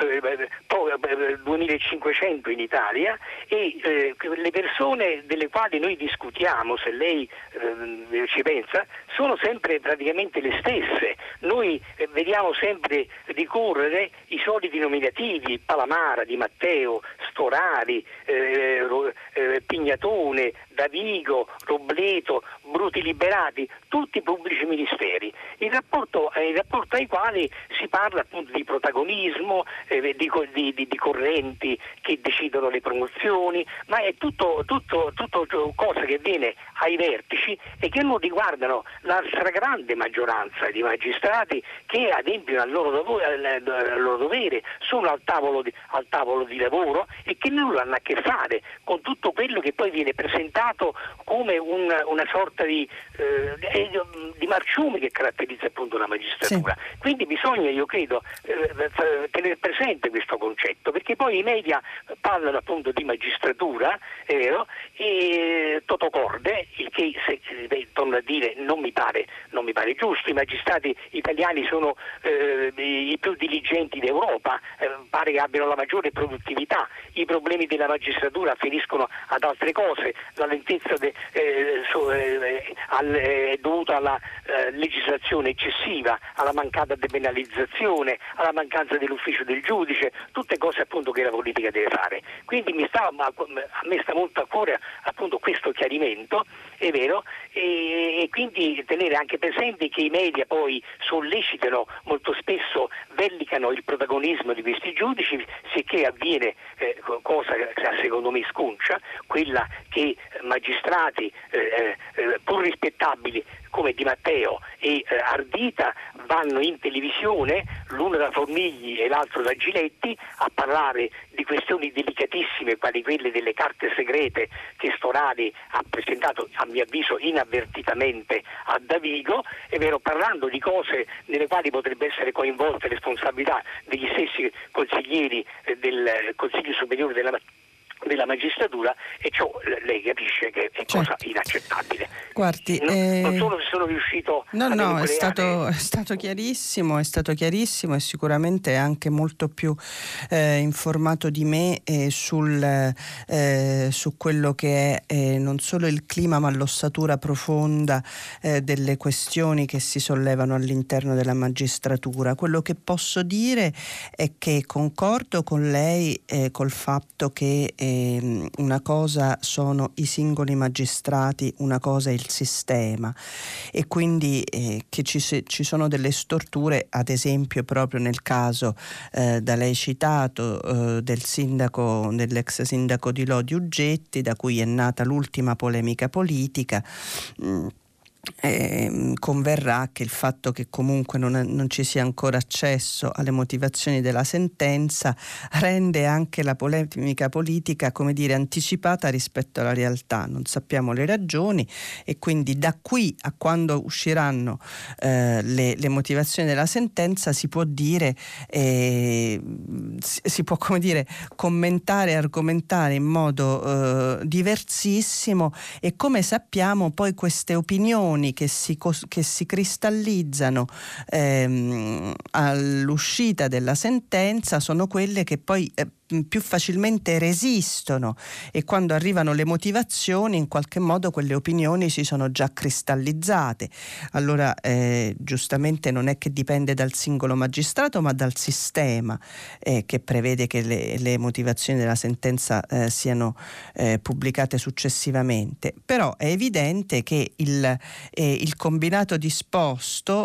2.500 in Italia e le persone delle quali noi discutiamo, se lei ci pensa, sono sempre praticamente le stesse. Noi vediamo sempre ricorrere i soliti nominativi, Palamara, Di Matteo, Storari, Pignatone, Davigo, Robleto, Bruti Liberati, tutti pubblici ministeri, in rapporto ai quali si parla appunto di protagonismo, di correnti che decidono le promozioni, ma è tutto cosa che avviene ai vertici e che non riguardano la stragrande maggioranza di magistrati che adempiano al loro dovere, sono al tavolo di lavoro e che nulla hanno a che fare con tutto quello che poi viene presentato come una sorta di marciumi che caratterizza appunto la magistratura. Sì. Quindi bisogna, io credo, tenere presente questo concetto, perché poi i media parlano appunto di magistratura, è vero, e totocorde, il che torno a dire non mi pare giusto. I magistrati italiani sono i più diligenti d'Europa, pare che abbiano la maggiore produttività. I problemi della magistratura afferiscono ad altre cose, la lentezza è dovuta alla legislazione eccessiva, alla mancata depenalizzazione, alla mancanza dell'ufficio del giudice, tutte cose appunto che la politica deve fare. Quindi a me sta molto a cuore appunto questo chiarimento, è vero, e quindi tenere anche presente che i media poi sollecitano, molto spesso vellicano il protagonismo di questi giudici, sicché avviene cosa che secondo me sconcia, quella che magistrati pur rispettabili come Di Matteo e Ardita vanno in televisione, l'uno da Formigli e l'altro da Giletti, a parlare di questioni delicatissime quali quelle delle carte segrete che Storari ha presentato, a mio avviso inavvertitamente, a Davigo, è vero, parlando di cose nelle quali potrebbe essere coinvolta responsabilità degli stessi consiglieri del Consiglio Superiore della magistratura, e ciò lei capisce che è cosa inaccettabile. Guardi, non solo se sono riuscito è stato chiarissimo e sicuramente anche molto più informato di me su quello che è non solo il clima ma l'ossatura profonda delle questioni che si sollevano all'interno della magistratura. Quello che posso dire è che concordo con lei col fatto che una cosa sono i singoli magistrati, una cosa è il sistema, e quindi che ci sono delle storture, ad esempio proprio nel caso da lei citato dell'ex sindaco di Lodi Uggetti, da cui è nata l'ultima polemica politica. Converrà che il fatto che comunque non ci sia ancora accesso alle motivazioni della sentenza rende anche la polemica politica, come dire, anticipata rispetto alla realtà. Non sappiamo le ragioni e quindi da qui a quando usciranno le motivazioni della sentenza si può dire si può, come dire, commentare, argomentare in modo diversissimo, e come sappiamo poi queste opinioni che si cristallizzano all'uscita della sentenza sono quelle che poi più facilmente resistono, e quando arrivano le motivazioni in qualche modo quelle opinioni si sono già cristallizzate. Allora giustamente non è che dipende dal singolo magistrato, ma dal sistema che prevede che le motivazioni della sentenza siano pubblicate successivamente. Però è evidente che il combinato disposto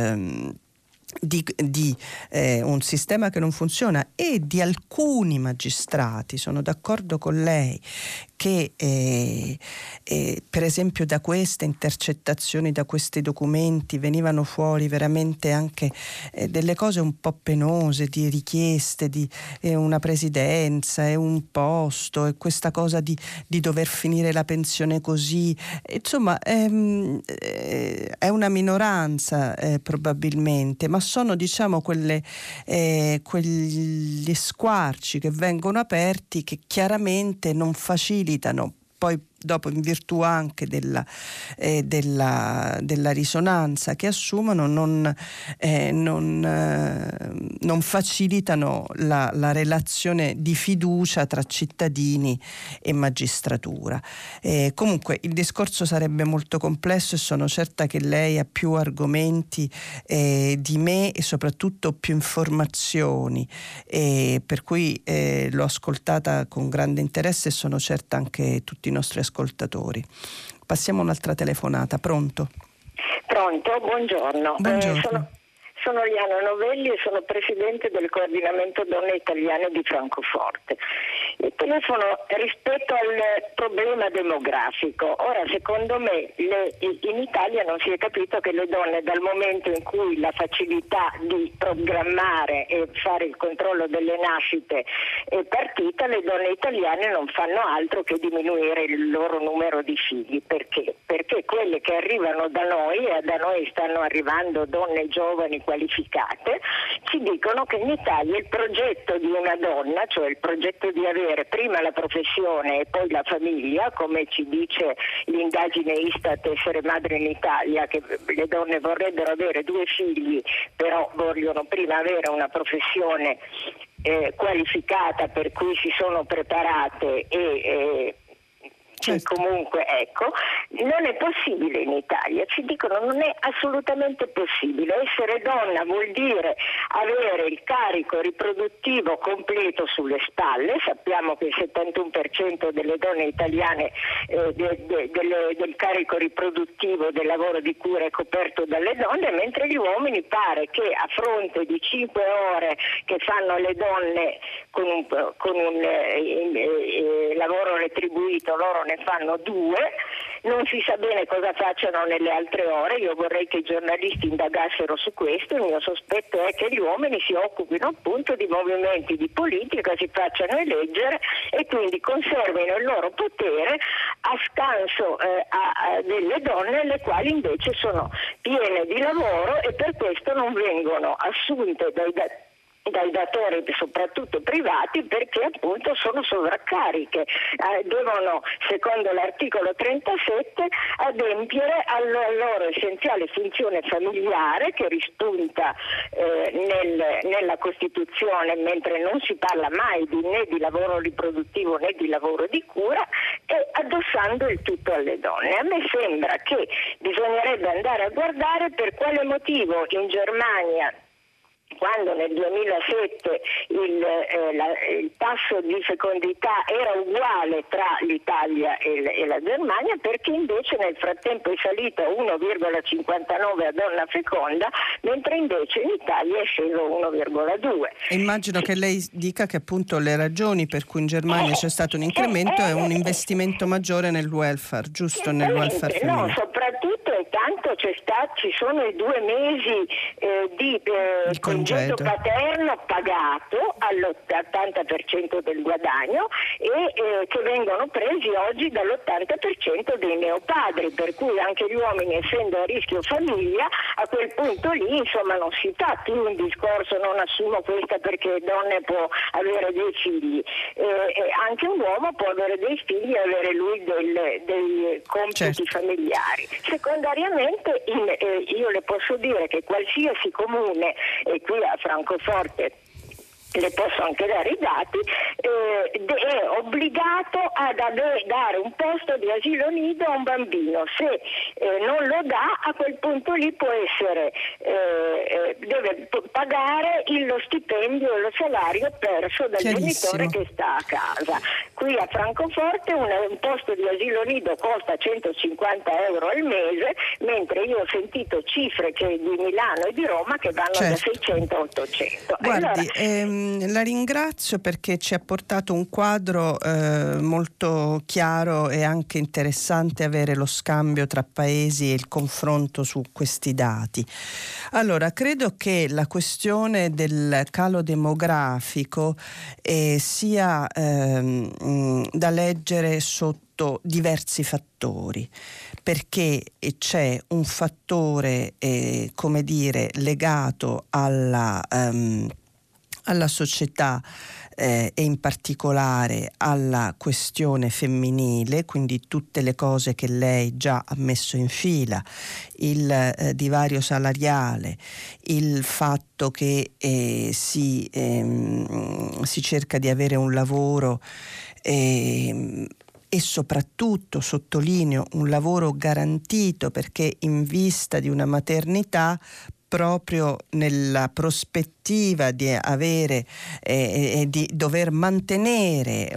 di un sistema che non funziona e di alcuni magistrati, sono d'accordo con lei, che per esempio da queste intercettazioni, da questi documenti venivano fuori veramente anche delle cose un po' penose, di richieste di una presidenza e un posto, e questa cosa di dover finire la pensione così, insomma è una minoranza probabilmente, ma sono, diciamo, quegli squarci che vengono aperti che chiaramente non facilitano poi dopo, in virtù anche della risonanza che assumono, non facilitano la relazione di fiducia tra cittadini e magistratura. Comunque il discorso sarebbe molto complesso e sono certa che lei ha più argomenti di me e soprattutto più informazioni, per cui l'ho ascoltata con grande interesse e sono certa anche tutti i nostri ascoltatori. Passiamo a un'altra telefonata. Pronto? Pronto, buongiorno. Buongiorno. Sono Liana Novelli e sono presidente del coordinamento donne italiane di Francoforte. Il telefono rispetto al problema demografico. Ora, secondo me, in Italia non si è capito che le donne, dal momento in cui la facilità di programmare e fare il controllo delle nascite è partita, le donne italiane non fanno altro che diminuire il loro numero di figli. Perché? Perché quelle che arrivano da noi, e da noi stanno arrivando donne giovani qualificate, ci dicono che in Italia il progetto di una donna, cioè il progetto di avere prima la professione e poi la famiglia, come ci dice l'indagine Istat Essere Madre in Italia, che le donne vorrebbero avere 2 figli, però vogliono prima avere una professione qualificata per cui si sono preparate e comunque, ecco, non è possibile in Italia, ci dicono non è assolutamente possibile. Essere donna vuol dire avere il carico riproduttivo completo sulle spalle. Sappiamo che il 71% delle donne italiane del carico riproduttivo del lavoro di cura è coperto dalle donne, mentre gli uomini pare che a fronte di 5 ore che fanno le donne con un lavoro retribuito, loro ne fanno 2, non si sa bene cosa facciano nelle altre ore. Io vorrei che i giornalisti indagassero su questo. Il mio sospetto è che gli uomini si occupino appunto di movimenti di politica, si facciano eleggere e quindi conservino il loro potere a scanso delle donne, le quali invece sono piene di lavoro e per questo non vengono assunte dai datori, soprattutto privati, perché appunto sono sovraccariche, devono, secondo l'articolo 37, adempiere alla loro essenziale funzione familiare che rispunta nella Costituzione, mentre non si parla mai né di lavoro riproduttivo né di lavoro di cura, e addossando il tutto alle donne. A me sembra che bisognerebbe andare a guardare per quale motivo in Germania, quando nel 2007 il tasso di fecondità era uguale tra l'Italia e la Germania, perché invece nel frattempo è salito a 1,59 a donna feconda, mentre invece in Italia è sceso 1,2. Immagino che lei dica che appunto le ragioni per cui in Germania c'è stato un incremento è un investimento maggiore nel welfare, giusto? Nel welfare femminile. No, soprattutto intanto ci sono i 2 mesi di congedo paterno pagato all'80% del guadagno e che vengono presi oggi dall'80% dei neopadri, per cui anche gli uomini, essendo a rischio famiglia, a quel punto lì insomma non si fa più un discorso non assumo questa perché donne può avere dei figli, anche un uomo può avere dei figli e avere lui dei compiti familiari. Secondariamente io le posso dire che qualsiasi comune, e qui a Francoforte le posso anche dare i dati, è obbligato a dare un posto di asilo nido a un bambino. Se non lo dà, a quel punto lì può essere, deve pagare lo stipendio e lo salario perso dal genitore che sta a casa. Qui a Francoforte un posto di asilo nido costa 150 euro al mese, mentre io ho sentito cifre di Milano e di Roma che vanno da 600 a 800. Guardi, la ringrazio perché ci ha portato un quadro molto chiaro e anche interessante avere lo scambio tra paesi e il confronto su questi dati. Allora, credo che la questione del calo demografico sia da leggere sotto diversi fattori, perché c'è un fattore come dire legato alla società e in particolare alla questione femminile, quindi tutte le cose che lei già ha messo in fila, il divario salariale, il fatto che si cerca di avere un lavoro e soprattutto, sottolineo, un lavoro garantito, perché in vista di una maternità, proprio nella prospettiva di avere e di dover mantenere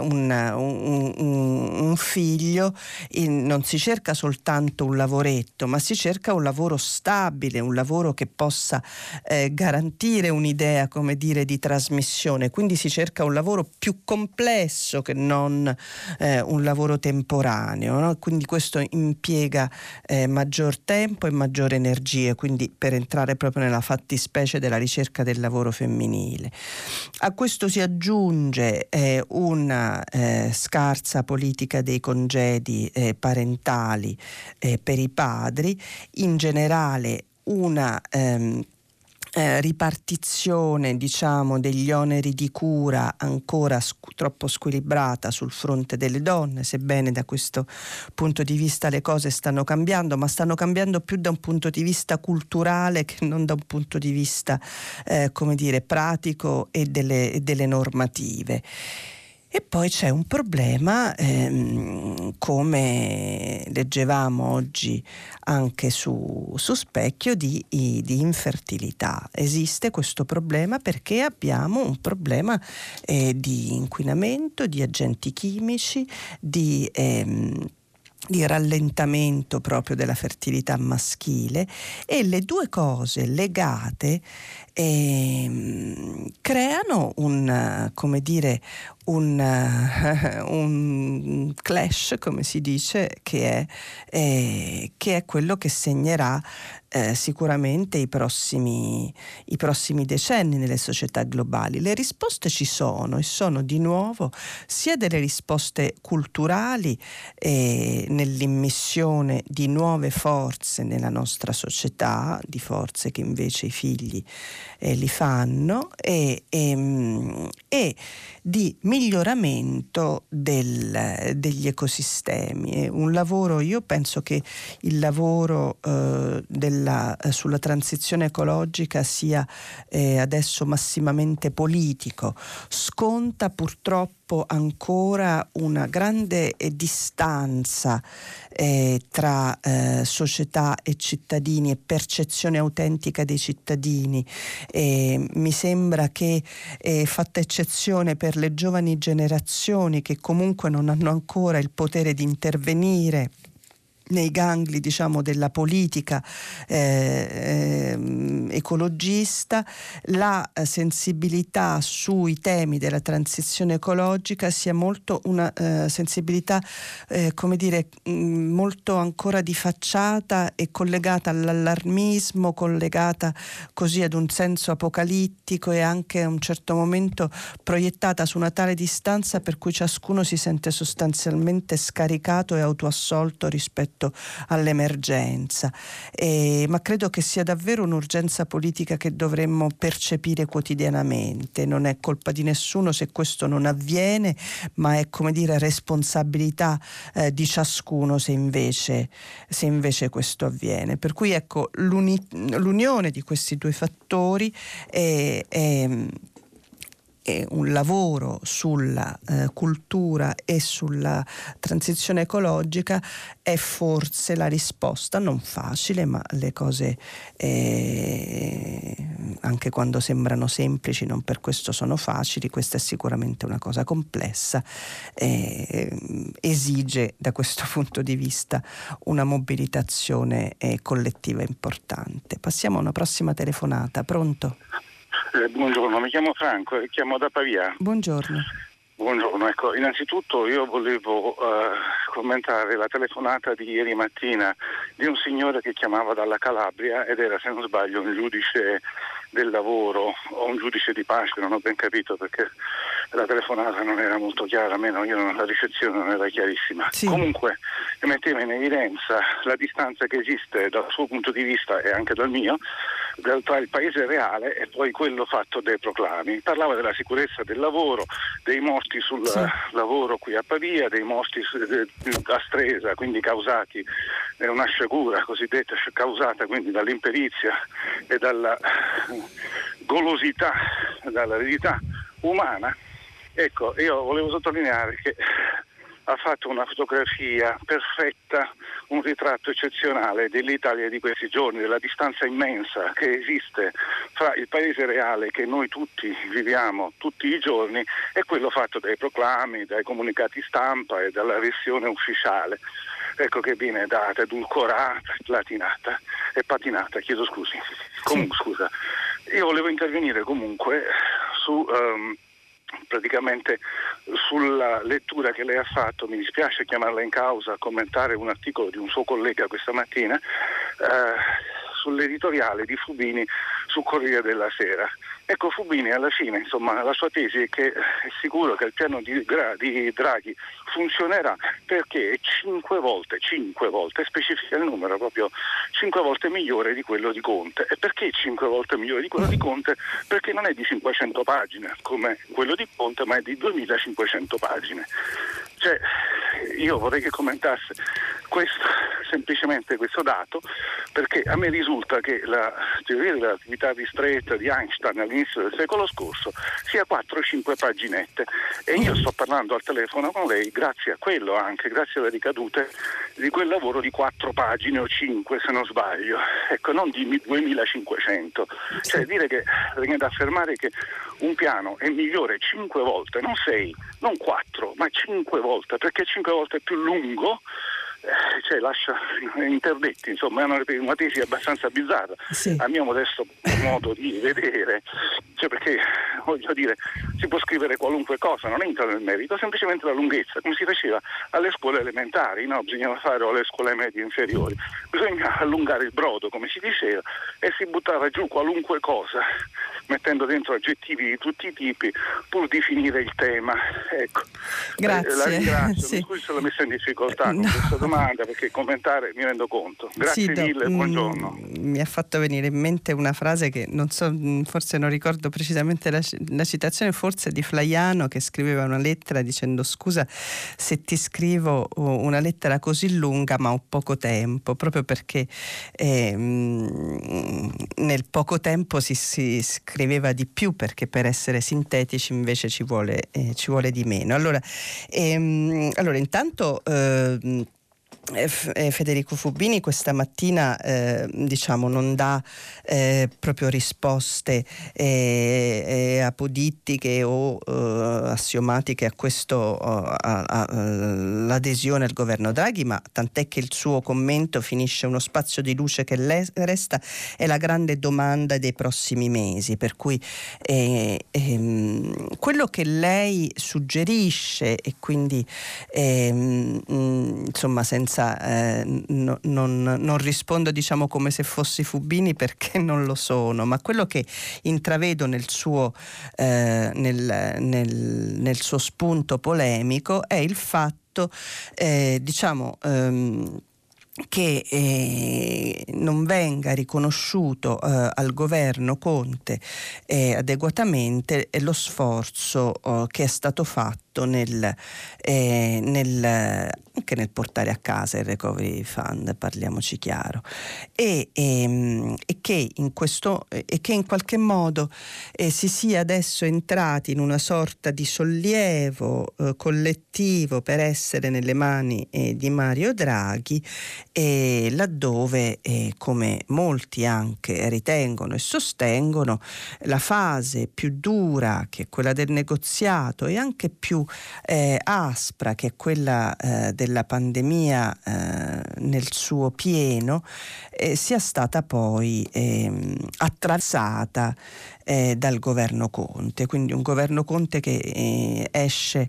un figlio, non si cerca soltanto un lavoretto, ma si cerca un lavoro stabile, un lavoro che possa garantire un'idea, come dire, di trasmissione. Quindi si cerca un lavoro più complesso che non un lavoro temporaneo, no? Quindi questo impiega maggior tempo e maggiore energie, quindi per entrare proprio nella fattispecie della ricerca del lavoro femminile. A questo si aggiunge una scarsa politica dei congedi parentali per i padri, in generale una ripartizione, diciamo, degli oneri di cura ancora troppo squilibrata sul fronte delle donne, sebbene da questo punto di vista le cose stanno cambiando, ma stanno cambiando più da un punto di vista culturale che non da un punto di vista come dire pratico e delle normative. E poi c'è un problema, come leggevamo oggi anche su Specchio, di infertilità. Esiste questo problema perché abbiamo un problema di inquinamento, di agenti chimici, di rallentamento proprio della fertilità maschile, e le due cose legate creano un clash, come si dice, che è quello che segnerà sicuramente i prossimi decenni nelle società globali. Le risposte ci sono, e sono di nuovo sia delle risposte culturali nell'immissione di nuove forze nella nostra società, di forze che invece i figli li fanno, e di miglioramento degli ecosistemi. Un lavoro, io penso che il lavoro sulla transizione ecologica sia adesso massimamente politico, sconta purtroppo ancora una grande distanza tra società e cittadini e percezione autentica dei cittadini. Mi sembra che, fatta eccezione per le giovani generazioni che comunque non hanno ancora il potere di intervenire nei gangli, diciamo, della politica ecologista, la sensibilità sui temi della transizione ecologica sia molto una sensibilità come dire molto ancora di facciata e collegata all'allarmismo, collegata così ad un senso apocalittico, e anche a un certo momento proiettata su una tale distanza per cui ciascuno si sente sostanzialmente scaricato e autoassolto rispetto all'emergenza, ma credo che sia davvero un'urgenza politica che dovremmo percepire quotidianamente. Non è colpa di nessuno se questo non avviene, ma è, come dire, responsabilità di ciascuno se invece questo avviene. Per cui ecco, l'unione di questi due fattori un lavoro sulla cultura e sulla transizione ecologica è forse la risposta, non facile, ma le cose anche quando sembrano semplici non per questo sono facili. Questa è sicuramente una cosa complessa, esige da questo punto di vista una mobilitazione collettiva importante. Passiamo a una prossima telefonata. Pronto? Buongiorno, mi chiamo Franco e chiamo da Pavia. Buongiorno. Buongiorno, ecco, innanzitutto io volevo commentare la telefonata di ieri mattina di un signore che chiamava dalla Calabria ed era, se non sbaglio, un giudice del lavoro o un giudice di pace, non ho ben capito perché la telefonata non era molto chiara, almeno la ricezione non era chiarissima. Sì. Comunque metteva in evidenza la distanza che esiste dal suo punto di vista e anche dal mio tra il paese reale e poi quello fatto dai proclami. Parlava della sicurezza del lavoro, dei morti sul lavoro qui a Pavia, dei morti a Stresa, quindi causati da una sciagura cosiddetta causata quindi dall'imperizia e dalla golosità, dall'eredità umana. Ecco, io volevo sottolineare che ha fatto una fotografia perfetta, un ritratto eccezionale dell'Italia di questi giorni, della distanza immensa che esiste fra il paese reale che noi tutti viviamo tutti i giorni e quello fatto dai proclami, dai comunicati stampa e dalla versione ufficiale. Ecco, che viene data, edulcorata, patinata, chiedo scusi. Comunque, scusa, io volevo intervenire comunque su praticamente sulla lettura che lei ha fatto. Mi dispiace chiamarla in causa, commentare un articolo di un suo collega questa mattina sull'editoriale di Fubini su Corriere della Sera. Ecco, Fubini alla fine, insomma, la sua tesi è che è sicuro che il piano di Draghi funzionerà perché è 5 volte, specifica il numero proprio, 5 volte migliore di quello di Conte. E perché 5 volte migliore di quello di Conte? Perché non è di 500 pagine come quello di Conte, ma è di 2500 pagine. Cioè, io vorrei che commentasse semplicemente questo dato, perché a me risulta che la teoria della relatività ristretta di Einstein all'inizio del secolo scorso sia 4-5 paginette e io sto parlando al telefono con lei grazie a quello, anche grazie alle ricadute di quel lavoro di 4 pagine o 5 se non sbaglio, ecco, non di 2500. Cioè dire che viene da affermare che un piano è migliore 5 volte, non 6, non 4, ma 5 volte, perché 5 volte è più lungo, cioè lascia interdetti, insomma è una tesi abbastanza bizzarra, a mio modesto modo di vedere, cioè perché voglio dire si può scrivere qualunque cosa, non entra nel merito, semplicemente la lunghezza, come si faceva alle scuole elementari, no? Bisognava fare, o alle scuole medie inferiori, bisogna allungare il brodo, come si diceva, e si buttava giù qualunque cosa mettendo dentro aggettivi di tutti i tipi pur di finire il tema. Ecco. Grazie. La ringrazio, mi scusi se l'ho messa in difficoltà con questa domanda, perché commentare mi rendo conto. Grazie mille, buongiorno. Mi ha fatto venire in mente una frase che non so, forse non ricordo precisamente la citazione, forse di Flaiano, che scriveva una lettera dicendo: scusa se ti scrivo una lettera così lunga ma ho poco tempo, proprio perché nel poco tempo si scriveva di più, perché per essere sintetici invece ci vuole di meno. Allora intanto Federico Fubini questa mattina diciamo non dà proprio risposte apodittiche o assiomatiche a questo l'adesione al governo Draghi, ma tant'è che il suo commento finisce: uno spazio di luce che resta è la grande domanda dei prossimi mesi, per cui quello che lei suggerisce, e quindi insomma senza non rispondo diciamo come se fossi Fubini, perché non lo sono, ma quello che intravedo nel suo nel suo spunto polemico è il fatto che non venga riconosciuto al governo Conte adeguatamente lo sforzo che è stato fatto anche nel portare a casa il Recovery Fund, parliamoci chiaro, e che in qualche modo si sia adesso entrati in una sorta di sollievo collettivo per essere nelle mani di Mario Draghi, laddove, come molti anche ritengono e sostengono, la fase più dura, che è quella del negoziato, e anche più aspra, che è quella della pandemia nel suo pieno, sia stata poi attraversata dal governo Conte. Quindi un governo Conte che esce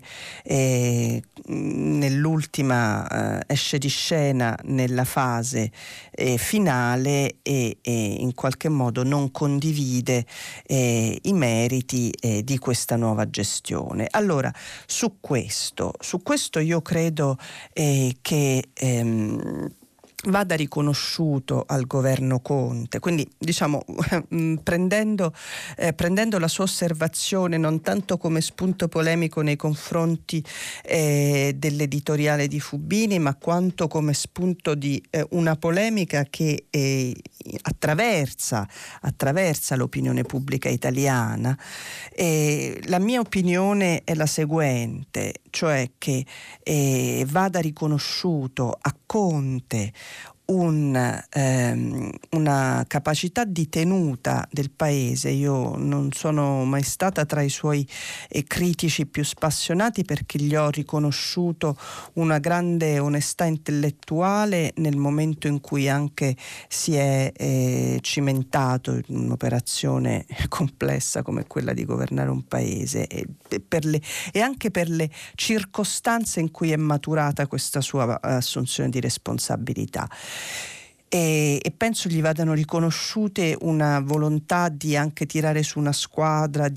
di scena nella fase finale e in qualche modo non condivide i meriti di questa nuova gestione. Allora, su questo io credo che vada riconosciuto al governo Conte, quindi diciamo prendendo la sua osservazione non tanto come spunto polemico nei confronti dell'editoriale di Fubini, ma quanto come spunto di una polemica che attraversa l'opinione pubblica italiana. La mia opinione è la seguente, cioè che vada riconosciuto a Conte una capacità di tenuta del paese. Io non sono mai stata tra i suoi critici più spassionati, perché gli ho riconosciuto una grande onestà intellettuale nel momento in cui anche si è cimentato in un'operazione complessa come quella di governare un paese, e anche per le circostanze in cui è maturata questa sua assunzione di responsabilità. E penso gli vadano riconosciute una volontà di anche tirare su una squadra,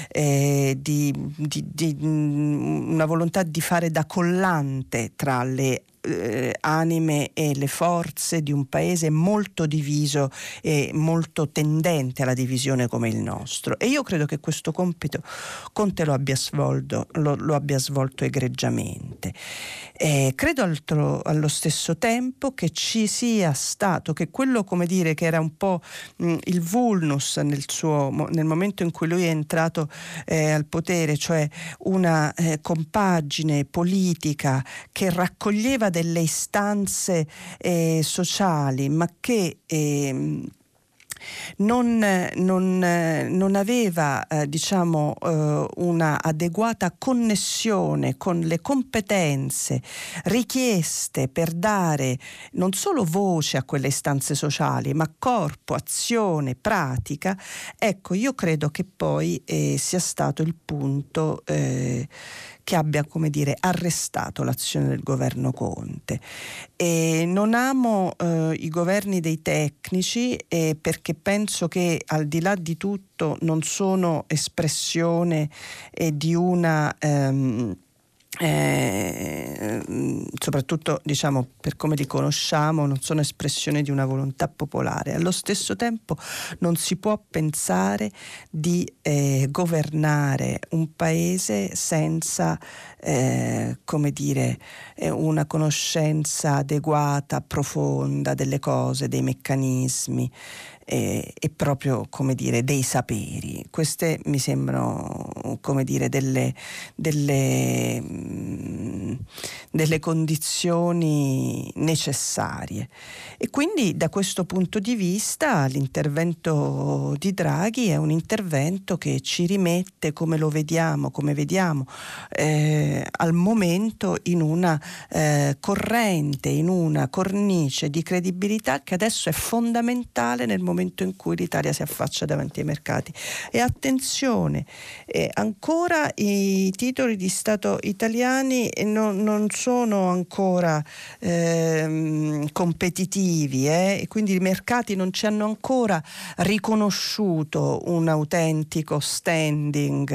una volontà di fare da collante tra le anime e le forze di un paese molto diviso e molto tendente alla divisione come il nostro. E io credo che questo compito Conte lo abbia svolto egregiamente. Credo allo stesso tempo che ci sia stato, che quello, come dire, che era un po' il vulnus nel momento in cui lui è entrato al potere, cioè una compagine politica che raccoglieva delle istanze sociali, ma che non aveva una adeguata connessione con le competenze richieste per dare non solo voce a quelle istanze sociali, ma corpo, azione, pratica. Ecco, io credo che poi sia stato il punto che abbia, come dire, arrestato l'azione del governo Conte. E non amo i governi dei tecnici, perché penso che al di là di tutto non sono espressione di una soprattutto per come li conosciamo, non sono espressione di una volontà popolare. Allo stesso tempo non si può pensare di governare un paese senza una conoscenza adeguata, profonda delle cose, dei meccanismi e proprio, dei saperi. Queste mi sembrano, delle condizioni necessarie. E quindi da questo punto di vista l'intervento di Draghi è un intervento che ci rimette, come vediamo al momento, in una corrente, in una cornice di credibilità che adesso è fondamentale nel momento in cui l'Italia si affaccia davanti ai mercati. E attenzione, ancora i titoli di Stato italiani non sono ancora competitivi, e quindi i mercati non ci hanno ancora riconosciuto un autentico standing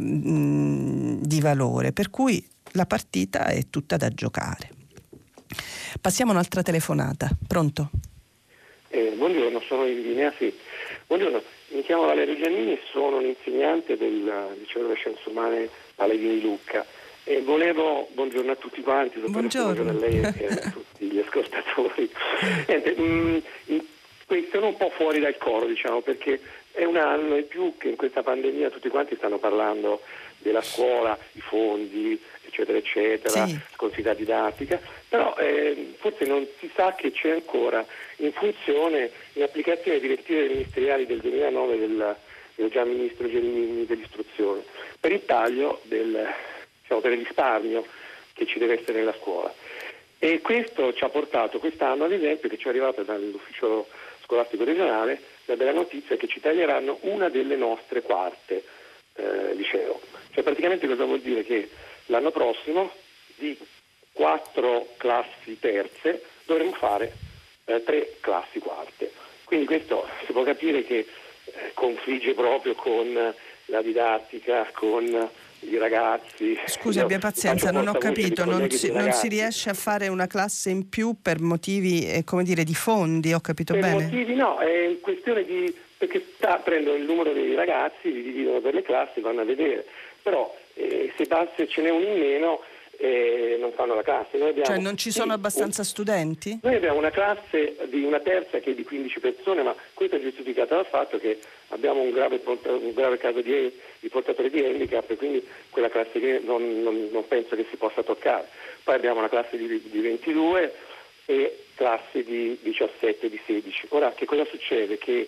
di valore, per cui la partita è tutta da giocare. Passiamo a un'altra telefonata. Pronto? Buongiorno, sono in linea, sì. Buongiorno, mi chiamo Valerio Giannini e sono un insegnante del Liceo delle Scienze Umane Paladini di Lucca. E volevo, buongiorno a tutti quanti, buongiorno a lei e a tutti gli ascoltatori. Sono un po' fuori dal coro, diciamo, perché è un anno e più che in questa pandemia tutti quanti stanno parlando della scuola, i fondi, eccetera, eccetera, sì, consigliera didattica, però forse non si sa che c'è ancora in funzione, in applicazione delle direttive ministeriali del 2009 del già ministro Gelmini dell'istruzione, per il taglio per il risparmio che ci deve essere nella scuola. E questo ci ha portato quest'anno, ad esempio, che ci è arrivata dall'ufficio scolastico regionale, la bella notizia che ci taglieranno una delle nostre quarte liceo. Cioè praticamente cosa vuol dire? Che l'anno prossimo di 4 classi terze dovremo fare 3 classi quarte. Quindi questo si può capire che confligge proprio con la didattica, con i ragazzi. Scusi, abbia pazienza, non ho capito, non si riesce a fare una classe in più per motivi, di fondi, ho capito bene? Per motivi no, è questione perché prendono il numero dei ragazzi, li dividono per le classi, vanno a vedere, però se ce n'è un in meno non fanno la classe. Cioè non ci sono abbastanza studenti? Noi abbiamo una classe di una terza che è di 15 persone, ma questo è giustificato dal fatto che abbiamo un grave caso di portatore di handicap, e quindi quella classe che non penso che si possa toccare. Poi abbiamo una classe di 22 e classe di 17 e di 16. Ora che cosa succede? Che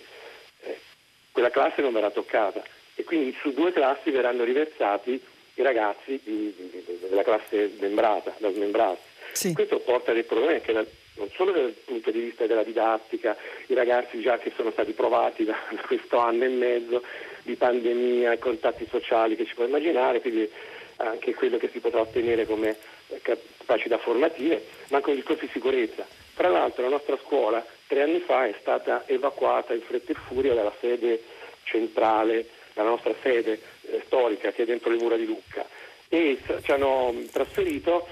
quella classe non verrà toccata e quindi su 2 classi verranno riversati i ragazzi della classe smembrata. Sì. Questo porta dei problemi anche non solo dal punto di vista della didattica, i ragazzi già che sono stati provati da questo anno e mezzo di pandemia e contatti sociali che si può immaginare, quindi anche quello che si potrà ottenere come capacità formative, ma anche un discorso di sicurezza. Tra l'altro la nostra scuola 3 anni fa è stata evacuata in fretta e furia dalla sede centrale, la nostra sede storica che è dentro le mura di Lucca, e ci hanno trasferito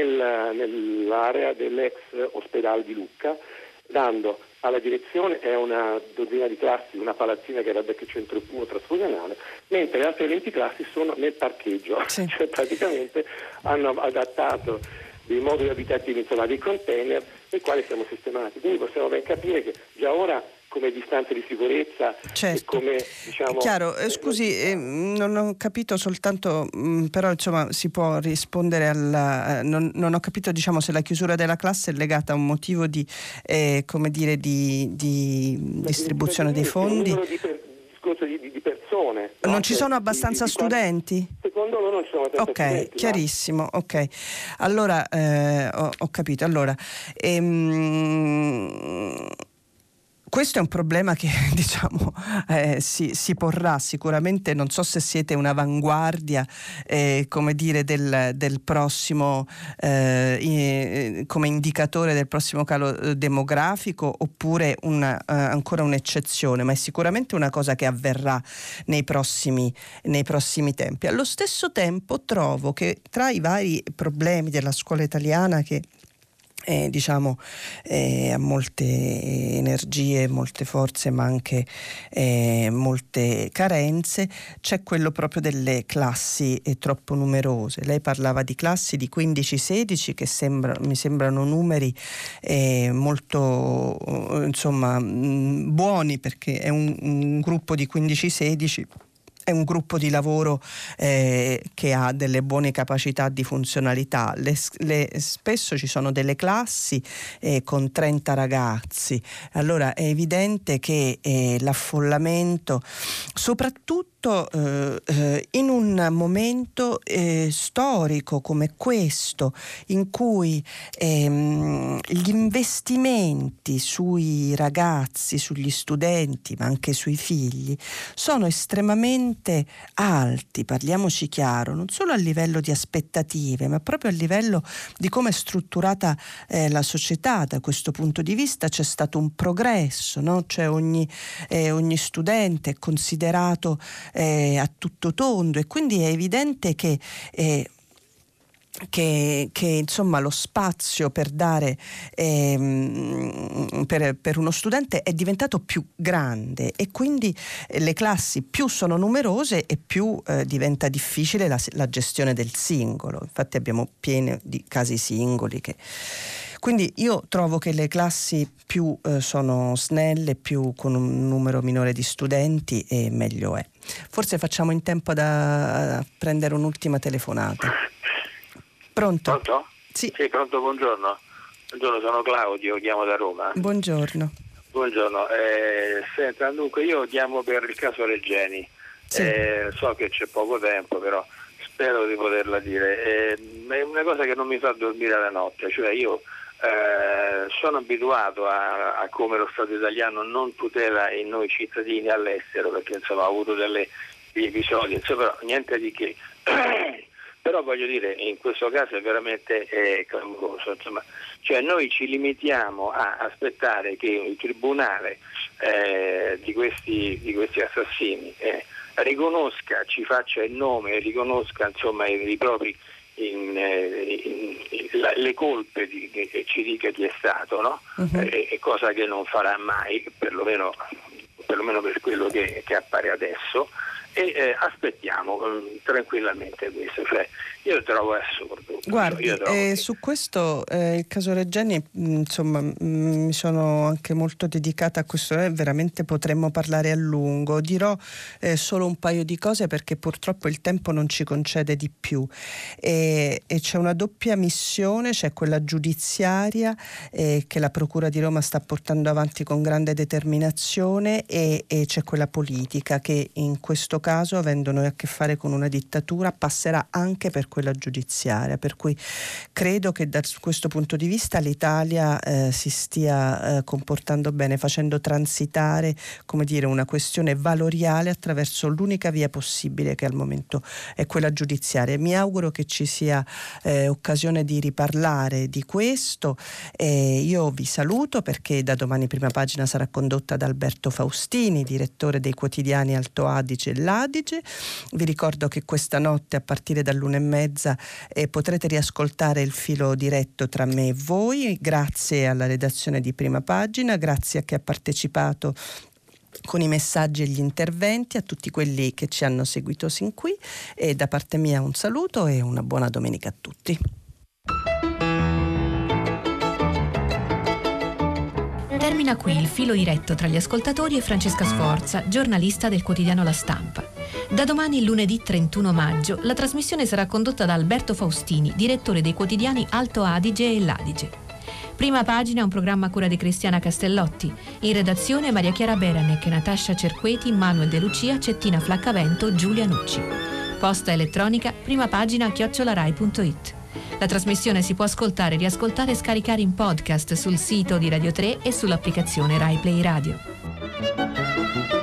nell'area dell'ex ospedale di Lucca, dando alla direzione una dozzina di classi, una palazzina che era il vecchio centro trasfusionale, mentre le altre 20 classi sono nel parcheggio. Sì. Cioè praticamente hanno adattato dei moduli abitativi, insomma dei container, nei quali siamo sistemati. Quindi possiamo ben capire che già ora come distanze di sicurezza, certo, e come chiaro. Scusi, non ho capito soltanto, però insomma si può rispondere non ho capito se la chiusura della classe è legata a un motivo di distribuzione dei fondi. Discorso di persone. Non ci sono abbastanza studenti? Secondo loro non ci sono abbastanza studenti. Ok, chiarissimo, ok. Allora ho capito. Allora questo è un problema che si porrà sicuramente. Non so se siete un'avanguardia del prossimo come indicatore del prossimo calo demografico, oppure ancora un'eccezione, ma è sicuramente una cosa che avverrà nei prossimi tempi. Allo stesso tempo trovo che tra i vari problemi della scuola italiana, che ha molte energie, molte forze, ma anche molte carenze, c'è quello proprio delle classi troppo numerose. Lei parlava di classi di 15-16 che mi sembrano numeri molto buoni, perché è un gruppo di 15-16 è un gruppo di lavoro che ha delle buone capacità di funzionalità. Spesso ci sono delle classi con 30 ragazzi, allora è evidente che l'affollamento, soprattutto in un momento storico come questo, in cui gli investimenti sui ragazzi, sugli studenti, ma anche sui figli, sono estremamente alti, parliamoci chiaro, non solo a livello di aspettative, ma proprio a livello di come è strutturata la società. Da questo punto di vista c'è stato un progresso, no? Cioè ogni studente è considerato a tutto tondo, e quindi è evidente che che insomma lo spazio per dare per uno studente è diventato più grande, e quindi le classi più sono numerose e più diventa difficile la gestione del singolo. Infatti abbiamo pieno di casi singoli quindi io trovo che le classi più sono snelle, più con un numero minore di studenti, e meglio è. Forse facciamo in tempo a prendere un'ultima telefonata. Pronto? Pronto? Sì, pronto, buongiorno. Buongiorno, sono Claudio, chiamo da Roma. Buongiorno. Buongiorno, senta, dunque io chiamo per il caso Regeni. Sì. So che c'è poco tempo, però spero di poterla dire. È una cosa che non mi fa dormire la notte, cioè io sono abituato a come lo Stato italiano non tutela i noi cittadini all'estero, perché insomma ho avuto degli episodi, insomma, niente di che. Però voglio dire, in questo caso è veramente clamoroso, insomma. Cioè noi ci limitiamo a aspettare che il tribunale di questi assassini riconosca, ci faccia il nome, riconosca insomma i propri le colpe che ci dica chi è stato, no? Cosa che non farà mai, perlomeno per quello che appare adesso, e aspettiamo tranquillamente questo. Cioè, io trovo assurdo. Guardi, su questo il caso Regeni, insomma, mi sono anche molto dedicata a questo, veramente potremmo parlare a lungo. Dirò solo un paio di cose, perché purtroppo il tempo non ci concede di più, e c'è una doppia missione, c'è quella giudiziaria che la Procura di Roma sta portando avanti con grande determinazione, e c'è quella politica che in questo caso, avendo noi a che fare con una dittatura, passerà anche per quella giudiziaria, per cui credo che da questo punto di vista l'Italia si stia comportando bene, facendo transitare, come dire, una questione valoriale attraverso l'unica via possibile, che al momento è quella giudiziaria. Mi auguro che ci sia occasione di riparlare di questo. Io vi saluto, perché da domani Prima Pagina sarà condotta da Alberto Faustini, direttore dei quotidiani Alto Adige e l'Adige. Vi ricordo che questa notte, a partire dall'1:30, potrete riascoltare il filo diretto tra me e voi. Grazie alla redazione di Prima Pagina, grazie a chi ha partecipato con i messaggi e gli interventi, a tutti quelli che ci hanno seguito sin qui, e da parte mia un saluto e una buona domenica a tutti. Termina qui il filo diretto tra gli ascoltatori e Francesca Sforza, giornalista del quotidiano La Stampa. Da domani, lunedì 31 maggio, la trasmissione sarà condotta da Alberto Faustini, direttore dei quotidiani Alto Adige e l'Adige. Prima Pagina è un programma a cura di Cristiana Castellotti. In redazione Maria Chiara Beranec, Natascia Cerqueti, Manuel De Lucia, Cettina Flaccavento, Giulia Nucci. Posta elettronica primapagina@rai.it. La trasmissione si può ascoltare, riascoltare e scaricare in podcast sul sito di Radio 3 e sull'applicazione Rai Play Radio.